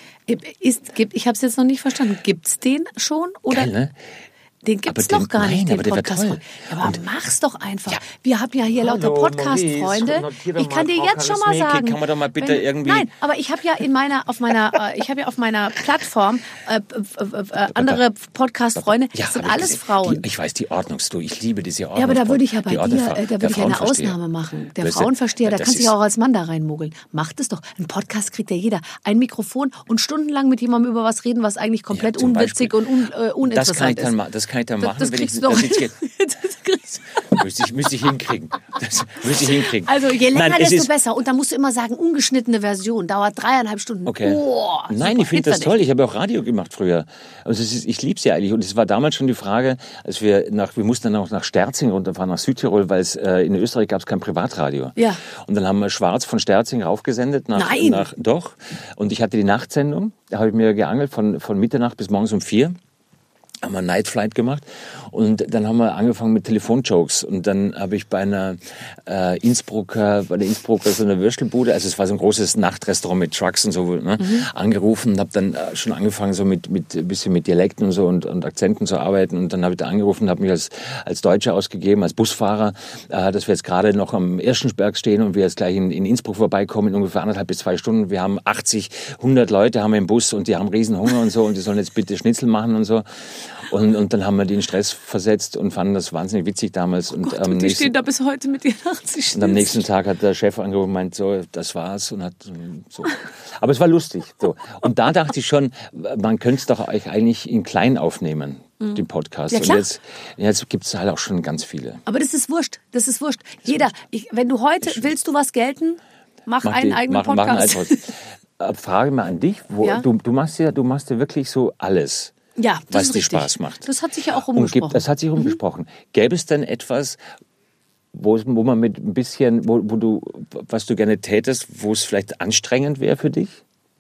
Ist, gibt, ich habe es jetzt noch nicht verstanden. Gibt's den schon? Oder? Geil, ne? Den gibt's doch gar nein, nicht, den aber der Podcast. toll. Ja, aber Und mach's doch einfach. Ja. Wir haben ja hier lauter Podcast-Freunde. Ich kann dir jetzt schon mal sagen. Kann man doch mal bitte wenn, irgendwie... Nein, aber ich habe ja in meiner, auf meiner, äh, ich habe ja auf meiner Plattform äh, äh, äh, andere Podcast-Freunde. Ja, das sind hab ich alles gesehen. Frauen. Die, ich weiß, die Ordnungs, du, ich liebe diese Ordnung. Ja, aber da würde ich ja bei die dir, Ordnung, äh, da würde der ich eine Frauenversteher. Ausnahme machen. Der Das ist- Frauenversteher, da das kannst du ist- ja auch als Mann da reinmogeln. Macht es doch. Ein Podcast kriegt ja jeder. Ein Mikrofon und stundenlang mit jemandem über was reden, was eigentlich komplett Ja, zum unwitzig Beispiel. und un, äh, uninteressant Das kann ich dann, ist. ma- das kann ich dann Das- machen, das wenn kriegst ich... du doch. dass ich- Das kriegst Müsste ich, müsste ich hinkriegen. Das müsste ich hinkriegen. Also je länger, Nein, es desto ist, besser. Und dann musst du immer sagen, ungeschnittene Version, dauert dreieinhalb Stunden. Okay. Oh, Nein, super, ich finde das hitze toll. dich. Ich habe auch Radio gemacht früher. Also es ist, ich liebe es ja eigentlich. Und es war damals schon die Frage, als wir nach, wir mussten dann auch nach Sterzing runterfahren, nach Südtirol, weil es äh, in Österreich gab es kein Privatradio. Ja. Und dann haben wir Schwarz von Sterzing raufgesendet nach, Nein. nach doch. Und ich hatte die Nachtsendung. Da habe ich mir geangelt von von Mitternacht bis morgens um vier. Haben wir Night Flight gemacht und dann haben wir angefangen mit Telefonjokes und dann habe ich bei einer äh, Innsbrucker, bei der Innsbrucker so einer Würstelbude, also es war so ein großes Nachtrestaurant mit Trucks und so, ne, mhm. angerufen und habe dann äh, schon angefangen so mit mit ein bisschen mit Dialekten und so und, und Akzenten zu arbeiten und dann habe ich da angerufen und habe mich als als Deutscher ausgegeben, als Busfahrer, äh, dass wir jetzt gerade noch am Irschensberg stehen und wir jetzt gleich in, in Innsbruck vorbeikommen in ungefähr anderthalb bis zwei Stunden. Wir haben achtzig, hundert Leute haben wir im Bus und die haben riesen Hunger und so und die sollen jetzt bitte Schnitzel machen und so. Und, und dann haben wir die in Stress versetzt und fanden das wahnsinnig witzig damals. Und, Gott, am und die nächsten, stehen da bis heute mit ihren achtzig und am nächsten Tag hat der Chef angerufen und meint, so, das war's. Und hat so. Aber es war lustig. So. Und da dachte ich schon, man könnte es doch eigentlich in klein aufnehmen, mhm. den Podcast. Ja, klar. Und jetzt, jetzt gibt es halt auch schon ganz viele. Aber das ist wurscht. Das ist wurscht. Jeder. Ich, wenn du heute, willst du was gelten, mach, mach einen die, eigenen mach, Podcast. Mach einen eigenen Frage mal an dich. Wo, ja? du, du, machst ja, du machst ja wirklich so alles. Ja, das was ist dir richtig. Spaß macht. Das hat sich ja auch rumgesprochen. Gibt, das hat sich rumgesprochen. Mhm. Gäbe es denn etwas, wo, wo man mit ein bisschen, wo, wo du, was du gerne tätest, wo es vielleicht anstrengend wäre für dich?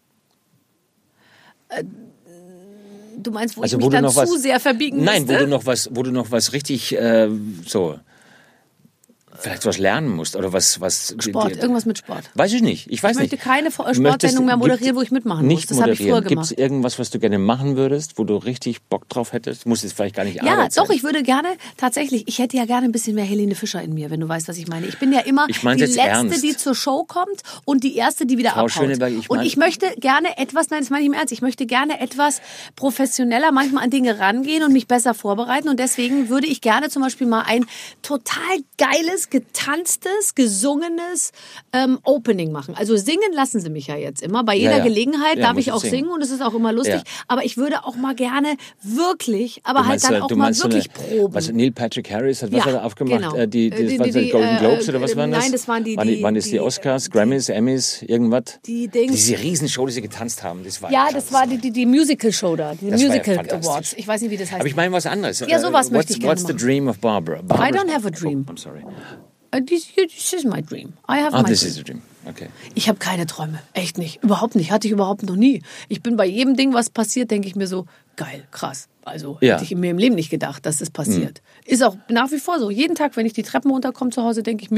Äh, du meinst, wo also, ich wo mich dann noch zu was, sehr verbiegen Nein, müsste? wo du noch was, wo du noch was richtig äh, so. Vielleicht was lernen musst oder was... was Sport, die, die, irgendwas mit Sport. Weiß ich nicht, ich weiß ich möchte nicht. keine Sportsendung mehr moderieren, wo ich mitmachen muss. Das habe ich früher gemacht. Gibt es irgendwas, was du gerne machen würdest, wo du richtig Bock drauf hättest? Du musst jetzt vielleicht gar nicht Ja, Arbeit doch, sein. Ich würde gerne, tatsächlich, ich hätte ja gerne ein bisschen mehr Helene Fischer in mir, wenn du weißt, was ich meine. Ich bin ja immer ich die jetzt Letzte, ernst. die zur Show kommt und die Erste, die wieder Frau abhaut. Schöneberg, ich mein, und ich möchte gerne etwas, nein, das meine ich im Ernst, ich möchte gerne etwas professioneller manchmal an Dinge rangehen und mich besser vorbereiten und deswegen würde ich gerne zum Beispiel mal ein total geiles, getanztes, gesungenes ähm, Opening machen. Also singen lassen sie mich ja jetzt immer. Bei jeder ja, ja. Gelegenheit ja, darf ich auch singen. singen und es ist auch immer lustig. Ja. Aber ich würde auch mal gerne wirklich, aber halt dann auch du mal meinst wirklich so eine, proben. Was Neil Patrick Harris hat, was Ja, hat er aufgemacht? genau. Äh, die, die, Die- was die- die, die, Golden äh, Globes oder was waren das? nein, das waren die- Waren, die, waren das die- die Oscars, die- Grammys, Emmys, irgendwas? Die Dings. Diese Riesenshow, die sie getanzt haben, das war Ja, krass. das war die, die, die Musical-Show da, die Das war ja Musical fantastisch. Awards. Ich weiß nicht, wie das heißt. Aber ich meine was anderes. Ja, sowas Äh, möchte what's, ich gerne What's the machen. dream of Barbara? Barbara I don't have a dream. Oh, I'm sorry. Uh, this, this is my dream. I have Ah, my this dream. is a dream. Okay. Ich habe keine Träume. Echt nicht. Überhaupt nicht. Hatte ich überhaupt noch nie. Ich bin bei jedem Ding, was passiert, denke ich mir so, geil, krass. Also Ja. hätte ich mir im Leben nicht gedacht, dass das passiert. Ist auch nach wie vor so. Jeden Tag, wenn ich die Treppen runterkomme zu Hause, denke ich mir,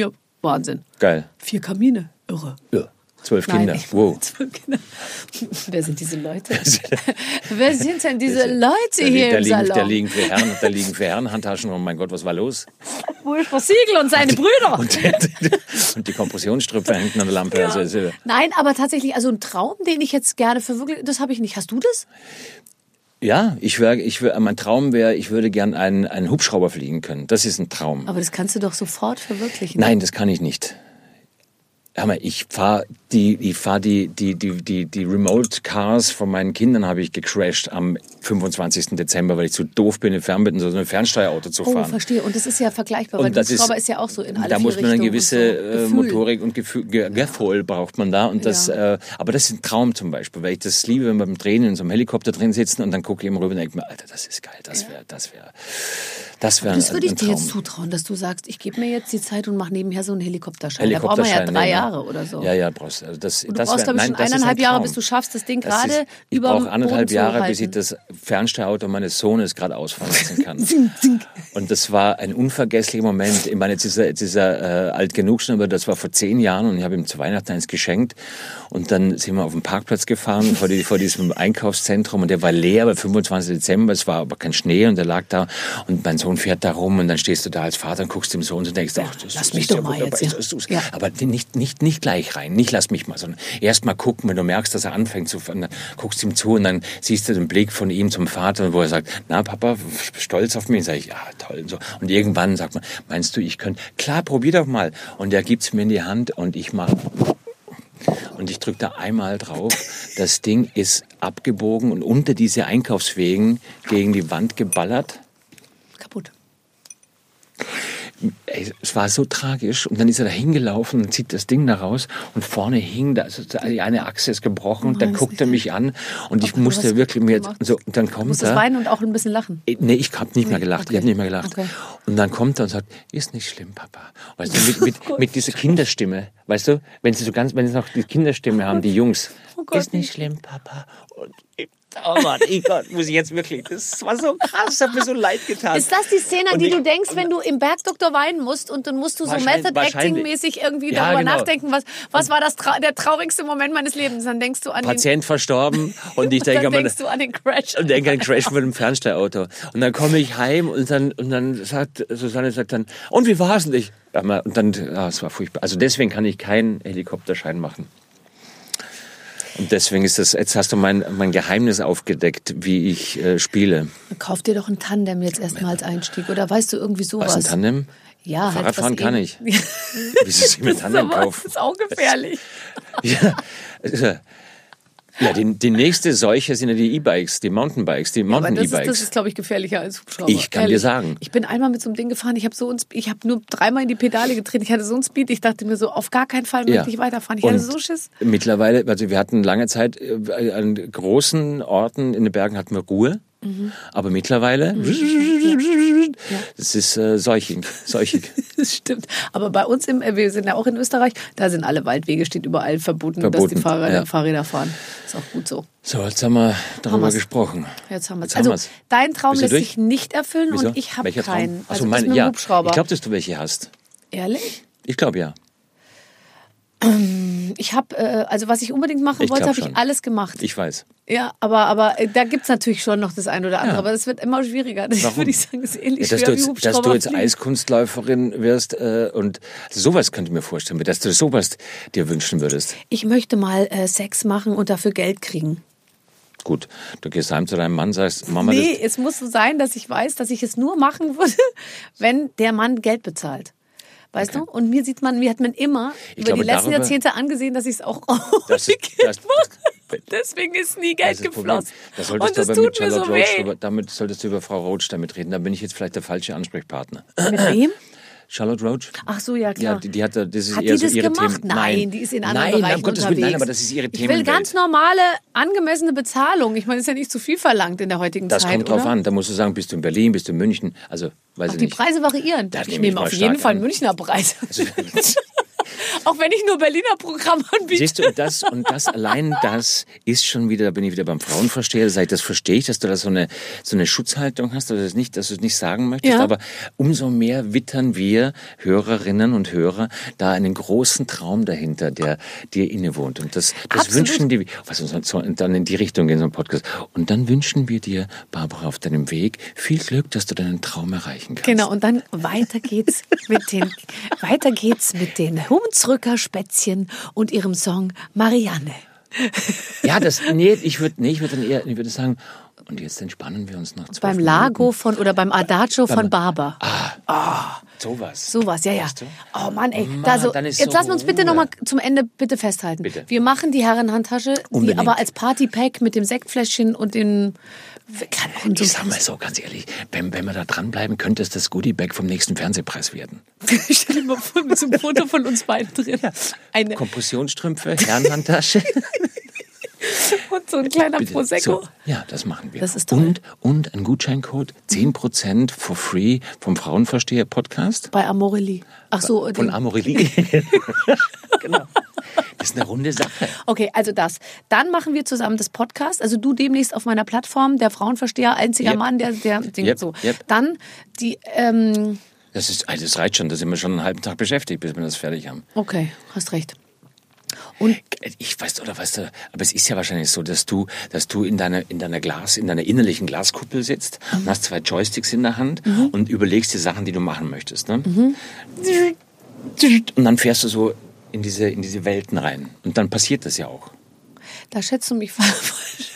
Wahnsinn. Geil. Vier Kamine. Irre. Ja. Zwölf Nein, Kinder. ich- Wow. Zwölf Kinder. Wer sind diese Leute? Wer sind denn diese Leute Da, hier da, im liegen, da, Salon? liegen für Herren, da liegen für Herrenhandtaschen. Oh mein Gott, was war los? Wolfgang Siegel und seine Brüder. Und, und die Kompressionsstrümpfe hinten an der Lampe. Ja. Also, also, Nein, aber tatsächlich, also ein Traum, den ich jetzt gerne verwirkliche, das habe ich nicht. Hast du das? ja, ich wär, ich wär, mein Traum wäre, ich würde gern einen, einen Hubschrauber fliegen können. Das ist ein Traum. Aber das kannst du doch sofort verwirklichen. Nein, das kann ich nicht. Hör mal, ich fahre die, ich fahr die, die, die, die, die Remote Cars von meinen Kindern habe ich gecrashed am fünfundzwanzigsten Dezember, weil ich zu doof bin, im Fernbitten so ein Fernsteuerauto zu Oh, fahren. verstehe. Und das ist ja vergleichbar, weil Und das Hubschrauber ist, ist ja auch so in alle da vier muss man eine Richtungen gewisse und so. äh, Gefühl. Motorik und Gefühl, Ge Gefühl braucht man da. Und das, Ja. äh, aber das ist ein Traum zum Beispiel, weil ich das liebe, wenn wir beim Drehen in so einem Helikopter drin sitzen und dann gucke ich immer rüber und denke mir, Alter, das ist geil, das wäre, das wäre, das wäre ein, Das würde ich ein dir Traum. jetzt zutrauen, dass du sagst, ich gebe mir jetzt die Zeit und mache nebenher so einen Helikopterschein. Da braucht man ja Helikopterschein, drei ja, Jahre oder so. Ja, ja, brauchst also das, Und du das brauchst, wär, glaube ich, nein, schon das ist eineinhalb ein Jahre, Traum. bis du schaffst, das Ding Das ist- gerade Ich über brauche anderthalb Jahre, bis ich halten. das Fernsteuerauto meines Sohnes gerade ausfahren lassen kann. Und das war ein unvergesslicher Moment. Ich meine, jetzt ist er, jetzt ist er äh, alt genug schon, aber das war vor zehn Jahren und ich habe ihm zu Weihnachten eins geschenkt. Und dann sind wir auf den Parkplatz gefahren vor, die, vor diesem Einkaufszentrum und der war leer, aber fünfundzwanzigsten Dezember, es war aber kein Schnee und der lag da und mein Sohn fährt da rum und dann stehst du da als Vater und guckst dem Sohn und denkst, ach, das, lass das mich ist doch ja mal wunderbar, jetzt, ja. das ist- Ja. Aber nicht, nicht, nicht gleich rein, nicht lass mich mal, sondern erst mal gucken, wenn du merkst, dass er anfängt zu fahren, dann guckst du ihm zu und dann siehst du den Blick von ihm zum Vater, wo er sagt, na Papa, stolz auf mich. Sag ich, ja toll und so. Und irgendwann sagt man, meinst du, ich könnte, klar, probier doch mal. Und er gibt's mir in die Hand und ich mache und ich drücke da einmal drauf. Das Ding ist abgebogen und unter diese Einkaufswegen gegen die Wand geballert. Kaputt. Ey, es war so tragisch. Und dann ist er da hingelaufen und zieht das Ding da raus. Und vorne hing, da, also die eine Achse ist gebrochen. Und dann Mann, guckt er mich an. Und ich Aber du musste hast wirklich mir gemacht. so, und dann Du kommt musstest er. weinen und auch ein bisschen lachen. Nee, ich habe nicht mehr gelacht. okay. Ich habe nicht mehr gelacht. Okay. Und dann kommt er und sagt, ist nicht schlimm, Papa. Weißt du, mit, mit, mit dieser Kinderstimme, weißt du, wenn sie so ganz, wenn sie noch die Kinderstimme haben, die Jungs. Oh Gott. Ist nicht schlimm, Papa. Und ich, oh Mann, ich Gott, muss ich jetzt wirklich, das war so krass, das hat mir so leid getan. Ist das die Szene, an Und die ich- du denkst, wenn du im Bergdoktor weinen musst und dann musst du so Wahrscheinlich- Method-Acting-mäßig irgendwie Ja, darüber genau. nachdenken, was, was war das tra der traurigste Moment meines Lebens? Dann denkst du an Patient verstorben und ich den, denke dann an denkst du an den Crash. und denke an den Crash mit dem Fernsteuerauto. Und dann komme ich heim und dann, und dann sagt, Susanne sagt dann, und wie war's denn? Ich, und dann, ja, es war furchtbar. Also deswegen kann ich keinen Helikopterschein machen. Und deswegen ist das, jetzt hast du mein, mein Geheimnis aufgedeckt, wie ich äh, spiele. Kauf dir doch ein Tandem jetzt erstmal als Einstieg. Oder weißt du irgendwie sowas? Was, ein Tandem? Ja, halt Fahrradfahren was kann eben- ich. Wie sie sich mit Tandem Sowas kaufen. ist auch gefährlich. Ja, also, ja die, die nächste Seuche sind ja die E-Bikes, die Mountainbikes, die Aber das ist, Mountain-E-Bikes. das ist glaube ich, gefährlicher als Hubschrauber. Ich kann dir Ehrlich. sagen. Ich bin einmal mit so einem Ding gefahren, ich habe so ein Sp- ich habe nur dreimal in die Pedale getreten. Ich hatte so einen Speed, ich dachte mir so, auf gar keinen Fall möchte ich weiterfahren. Ich Und hatte so Schiss. Mittlerweile, also wir hatten lange Zeit, äh, an großen Orten in den Bergen hatten wir Ruhe. Mhm. Aber mittlerweile, das ist äh, seuchig, seuchig. Das stimmt. Aber bei uns, im, wir sind ja auch in Österreich, da sind alle Waldwege, steht überall verboten, dass Verboten, die Fahrräder, ja. Fahrräder fahren. Ist auch gut so. So, jetzt haben wir darüber wir's. gesprochen. Jetzt haben wir es. Jetzt haben Also, wir's. dein Traum Bist du lässt durch? sich nicht erfüllen Wieso? und ich habe Welcher Traum? keinen. Ach so, Also, das mein, mit dem ja. Hubschrauber. Ich glaube, dass du welche hast. Ehrlich? Ich glaube ja. Ich habe, äh, also was ich unbedingt machen Ich wollte, glaub habe ich schon. alles gemacht. Ich weiß. Ja, aber, aber äh, da gibt's natürlich schon noch das eine oder andere. Ja. Aber das wird immer schwieriger. Das Warum? würde ich sagen, ist ähnlich Ja, dass, schwer du wie jetzt, dass Hubschrauber du jetzt fliegen. Eiskunstläuferin wirst äh, und sowas könnte ich mir vorstellen, dass du sowas dir wünschen würdest. Ich möchte mal äh, Sex machen und dafür Geld kriegen. Gut, du gehst heim zu deinem Mann, sagst, Mama, Nee, das, es muss so sein, dass ich weiß, dass ich es nur machen würde, wenn der Mann Geld bezahlt. Weißt Okay. du? Und mir sieht man, mir hat man immer Ich über glaube, die letzten darüber- Jahrzehnte angesehen, dass ich es auch ohne Das ist- Geld das- mache. Deswegen ist nie das Geld ist das Problem. geflossen. Da solltest Und du es aber mit tut mir Charlotte so Roach, weh. drüber, damit solltest du über Frau Roach damit reden. Da bin ich jetzt vielleicht der falsche Ansprechpartner. Mit wem? Charlotte Roach? Ach so, ja klar. Ja, die, die hat, da- das ist Hat eher die so das ihre gemacht? Themen. Nein, die ist in anderen nein, Bereichen um Gottes unterwegs. Willen, nein, aber das ist ihre Ich Themenwelt. will ganz normale, angemessene Bezahlung. Ich meine, das ist ja nicht zu viel verlangt in der heutigen Das Zeit, kommt drauf oder? an. Da musst du sagen, bist du in Berlin, bist du in München. Also, weiß Ach, ich die nicht. Preise variieren. Da ich nehme ich nehme mal auf stark jeden Fall an. Münchner Preise. Auch wenn ich nur Berliner Programm anbiete. Siehst du, und das, und das, allein das ist schon wieder, da bin ich wieder beim Frauenversteher, sag ich, das verstehe ich, dass du da so eine, so eine Schutzhaltung hast, dass du es nicht, dass du es nicht sagen möchtest, Ja. aber umso mehr wittern wir Hörerinnen und Hörer da einen großen Traum dahinter, der dir innewohnt. Und das, das Absolut. wünschen die, was uns so, dann in die Richtung gehen, so ein Podcast. Und dann wünschen wir dir, Barbara, auf deinem Weg viel Glück, dass du deinen Traum erreichen kannst. Genau, und dann weiter geht's mit den, weiter geht's mit den Hunsrücker-Spätzchen und ihrem Song Marianne. Ja, das, nee, ich würde, nee, ich würde dann eher, ich würde sagen, und jetzt entspannen wir uns noch zwölf Beim Minuten. Lago von, oder beim Adagio von Barber. Sowas. Sowas, ja, ja. Weißt du? Oh Mann, ey. Mann, da so, dann ist jetzt so lassen wir uns bitte Ruhe. nochmal zum Ende bitte festhalten. Bitte. Wir machen die Herrenhandtasche, die Unbedingt. aber als Partypack mit dem Sektfläschchen und den... Kann auch ein so Ich sag mal so, ganz ehrlich, wenn, wenn wir da dranbleiben, könnte es das Goodie-Bag vom nächsten Fernsehpreis werden. Stell dir mal vor, mit so einem Foto von uns beiden drin. Eine, Kompressionsstrümpfe, Herrenhandtasche. und so ein kleiner Bitte. Prosecco. So, ja, das machen wir. Das ist toll. Und, und ein Gutscheincode, zehn Prozent for free vom Frauenversteher-Podcast. Bei Amorelli. Ach so. Von den- Amorelli. Genau. Das ist eine runde Sache. Okay, also das. Dann machen wir zusammen das Podcast. Also du demnächst auf meiner Plattform, der Frauenversteher, einziger Yep. Mann, der, der Ding Yep, so. yep. Dann die, ähm, Das, ist, also das reicht schon, da sind wir schon einen halben Tag beschäftigt, bis wir das fertig haben. okay, hast recht. Und Ich weiß, oder weißt du, aber es ist ja wahrscheinlich so, dass du, dass du in deiner, in deiner Glas, in deiner innerlichen Glaskuppel sitzt Mhm. und hast zwei Joysticks in der Hand und überlegst dir Sachen, die du machen möchtest, ne? Mhm. Und dann fährst du so in diese, in diese Welten rein. Und dann passiert das ja auch. da schätzt du mich falsch.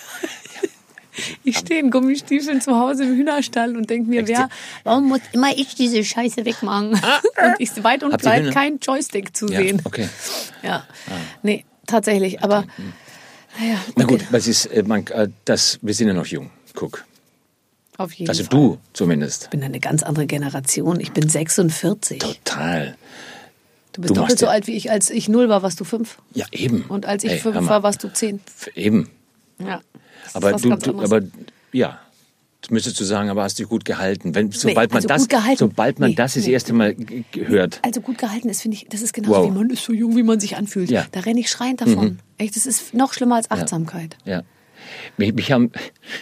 Ich stehe in Gummistiefeln zu Hause im Hühnerstall und denke mir, Echt? wer, warum muss immer ich diese Scheiße wegmachen? Und ich weit und Habt ihr breit Hühner? kein Joystick zu Ja, sehen. okay. Ja, nee, tatsächlich. Aber naja, Na okay. gut, was ist, äh, man, äh, das, wir sind ja noch jung. Guck. Auf jeden Also Fall. du zumindest. Ich bin eine ganz andere Generation. Ich bin sechsundvierzig. Total. Du bist Du doppelt machst so ja- alt wie ich. Als ich null war, warst du fünf. Ja, eben. Und als ich Hey, fünf hör mal. war, warst du zehn. Eben. Ja. Das ist Aber was du, ganz du anderes. aber ja, das müsstest du sagen, aber hast dich gut gehalten. Wenn, sobald also man das, gut gehalten. sobald man Nee, das das nee. erste Mal g- g- hört. Also gut gehalten ist, finde ich, das ist genauso Wow. wie man ist so jung, wie man sich anfühlt. Ja. Da renne ich schreiend davon. Echt, das ist noch schlimmer als Achtsamkeit. Ja. Mich, mich, haben,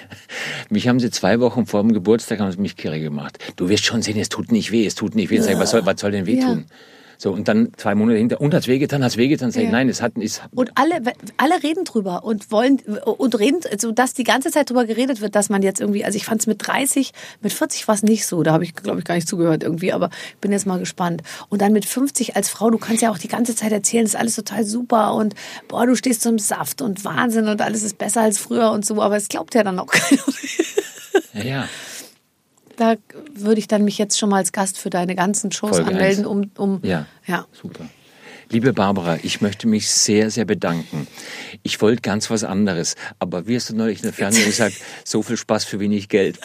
mich haben sie zwei Wochen vor dem Geburtstag haben sie mich kirre gemacht. Du wirst schon sehen, es tut nicht weh, es tut nicht weh. Sag ich, was soll, was soll denn weh Ja. tun? So, und dann zwei Monate hinter, und hat's wehgetan, hat's wehgetan? Sag ich, Ja. nein, es hat, es, Und alle, alle reden drüber und wollen und reden, so dass die ganze Zeit drüber geredet wird, dass man jetzt irgendwie, also ich fand es mit dreißig, mit vierzig war es nicht so, da habe ich, glaube ich, gar nicht zugehört irgendwie, aber ich bin jetzt mal gespannt. Und dann mit fünfzig als Frau, du kannst ja auch die ganze Zeit erzählen, das ist alles total super und boah, du stehst zum Saft und Wahnsinn und alles ist besser als früher und so, aber es glaubt ja dann auch keiner. ja, ja. Da würde ich dann mich jetzt schon mal als Gast für deine ganzen Shows Folge anmelden, eins. um, um Ja. ja. Super. Liebe Barbara, ich möchte mich sehr, sehr bedanken. Ich wollte ganz was anderes, aber wie hast du neulich in der Fernsehung gesagt, so viel Spaß für wenig Geld.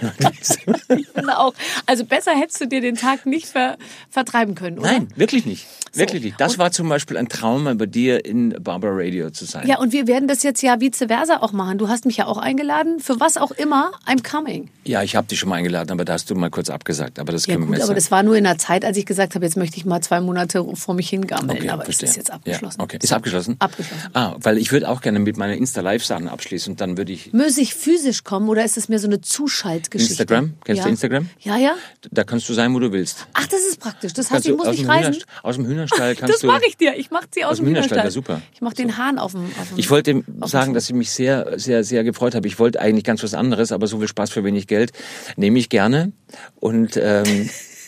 Ich finde auch. Also besser hättest du dir den Tag nicht ver, vertreiben können, oder? Nein, wirklich nicht. Wirklich So. nicht. Das Und- war zum Beispiel ein Traum, mal bei dir in Barbara Radio zu sein. Ja, und wir werden das jetzt ja vice versa auch machen. Du hast mich ja auch eingeladen. Für was auch immer, I'm coming. Ja, ich habe dich schon mal eingeladen, aber da hast du mal kurz abgesagt. Aber das Ja können wir gut, jetzt aber sagen. das war nur in der Zeit, als ich gesagt habe, jetzt möchte ich mal zwei Monate vor mich hingammeln. Okay, aber verstehe. das ist jetzt abgeschlossen. Ja, okay. Ist abgeschlossen? Abgeschlossen. Ah, weil ich würde auch gerne mit meiner Insta-Live-Sachen abschließen und dann würde ich... Muss ich physisch kommen oder ist es mir so eine Zuschaltgeschichte? Instagram? Kennst ja. du Instagram? Ja, ja. Da kannst du sein, wo du willst. Ach, das ist praktisch. Das heißt, Kannst ich du muss aus nicht dem reisen. Hühnerst- aus dem Hühnerstall kannst Das du... mache ich dir. Ich mache sie aus, Aus dem dem Hühnerstall, Hühnerstall. ja, super. Ich mache den Hahn auf dem, auf dem Ich wollte auf dem sagen, Fuß. dass ich mich sehr, sehr, sehr gefreut habe. Ich wollte eigentlich ganz was anderes, aber so viel Spaß für wenig Geld nehme ich gerne. Und ähm,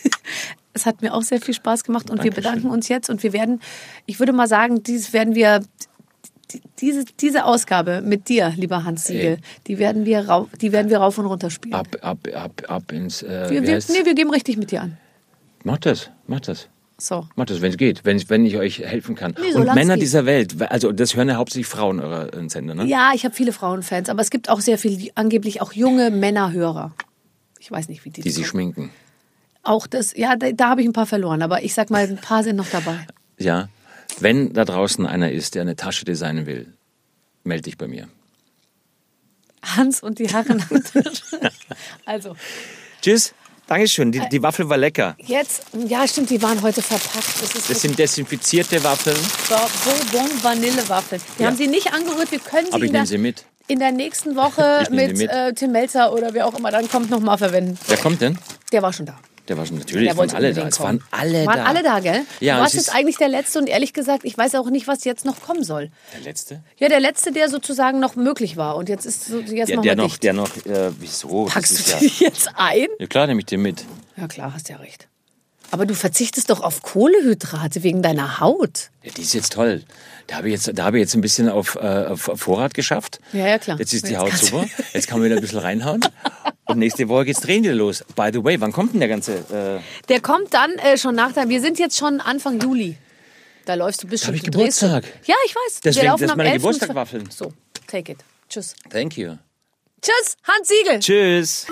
Es hat mir auch sehr viel Spaß gemacht und wir Dankeschön. bedanken uns jetzt und wir werden, ich würde mal sagen, dies werden wir, die- diese, diese Ausgabe mit dir, lieber Hans Siegel, Ey. die werden wir rauf, die werden wir rauf und runter spielen. ab, ab, ab, ab ins... Äh, wir, wie wir, heißt's? nee, wir geben richtig mit dir an. Mach das, mach das. So. Macht das, wenn es geht, wenn, wenn ich euch helfen kann. Nee, und solange es Männer geht. dieser Welt, also das hören ja hauptsächlich Frauen eurer Sender, ne? Ja, ich habe viele Frauenfans, aber es gibt auch sehr viel, angeblich auch junge Männerhörer. Ich weiß nicht, wie die Die sich so- schminken. Auch das, ja, da, da habe ich ein paar verloren, aber ich sag mal, ein paar sind noch dabei. Ja. Wenn da draußen einer ist, der eine Tasche designen will, melde dich bei mir. Hans und die Herren. Also, Tschüss. Dankeschön, die, die Waffel war lecker. Jetzt, ja stimmt, die waren heute verpackt. Das, ist Das sind desinfizierte Waffeln. Bourbon Vanillewaffeln. Wir Ja. haben sie nicht angerührt, wir können sie Aber ich in, der, nehme sie mit. in der nächsten Woche Ich nehme mit, die mit. Äh, Tim Melzer oder wer auch immer dann kommt, nochmal verwenden. Wer kommt denn? Der war schon da. Der war schon natürlich, Der waren wollte alle da. unbedingt Es waren kommen. alle Waren da. alle da, gell? Ja, du warst es ist- jetzt eigentlich der Letzte und ehrlich gesagt, ich weiß auch nicht, was jetzt noch kommen soll. Der letzte? Ja, der Letzte, der sozusagen noch möglich war. Und jetzt ist so, jetzt Ja, machen der wir noch, dicht. der noch, äh, wieso? Das Packst ist du ja, dich jetzt ein? ja klar, nehme ich den mit. Ja klar, hast ja recht. Aber du verzichtest doch auf Kohlehydrate wegen deiner Haut. Ja, die ist jetzt toll. Da habe ich jetzt, da habe ich jetzt ein bisschen auf, äh, auf Vorrat geschafft. Ja, ja, klar. Jetzt ist die Jetzt Haut kannst du- super. Jetzt kann man wieder ein bisschen reinhauen. Und nächste Woche geht's Drehen wieder los. By the way, wann kommt denn der ganze... Äh, Der kommt dann äh, schon nach der... Wir sind jetzt schon Anfang Juli. Da läufst du bis hab schon ich du drehst schon. Geburtstag. Ja, ich weiß. Deswegen, Wir laufen das ist am meine elften Geburtstagwaffeln. So, take it. Tschüss. thank you. Tschüss, Hans Siegel. Tschüss.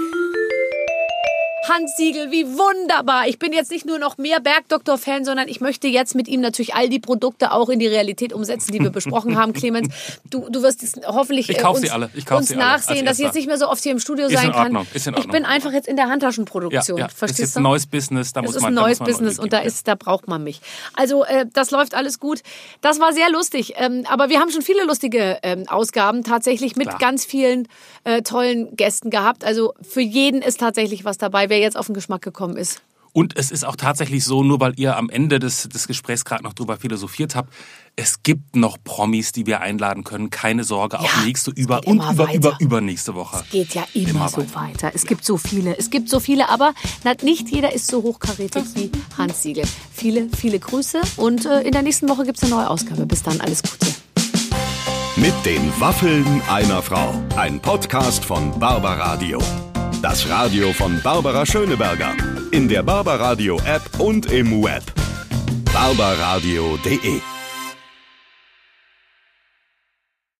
Hans Siegel, wie wunderbar. Ich bin jetzt nicht nur noch mehr Bergdoktor-Fan, sondern ich möchte jetzt mit ihm natürlich all die Produkte auch in die Realität umsetzen, die wir besprochen haben, Clemens. Du, du wirst es hoffentlich Ich äh, kauf uns, sie alle. Ich kauf uns sie alle als nachsehen, dass ich jetzt Erster. nicht mehr so oft hier im Studio Ist in sein kann. Ordnung, ist in Ich Ordnung. bin einfach jetzt in der Ja, Handtaschenproduktion. ja. Ist Verstehst jetzt du? ein neues Business, da Es muss ist man ein da neues muss man Business Leute und da geben. ist, da braucht man mich. Also äh, das läuft alles gut. Das war sehr lustig. Ähm, aber wir haben schon viele lustige ähm, Ausgaben tatsächlich mit Klar. ganz vielen äh, tollen Gästen gehabt. Also für jeden ist tatsächlich was dabei, wer jetzt auf den Geschmack gekommen ist. Und es ist auch tatsächlich so, nur weil ihr am Ende des, des Gesprächs gerade noch drüber philosophiert habt, es gibt noch Promis, die wir einladen können. Keine Sorge, auch Ja, nächste es über geht und immer über, weiter. über, übernächste Woche. Geht ja immer, Immer so weiter. weiter. Es gibt so viele. Es gibt so viele, aber na, nicht jeder ist so hochkarätig wie Hans Siegel. Viele, viele Grüße und äh, in der nächsten Woche gibt es eine neue Ausgabe. Bis dann, alles Gute. Mit den Waffeln einer Frau. Ein Podcast von Barbaradio. Das Radio von Barbara Schöneberger. In der Barbaradio App und im Web. barbaradio punkt de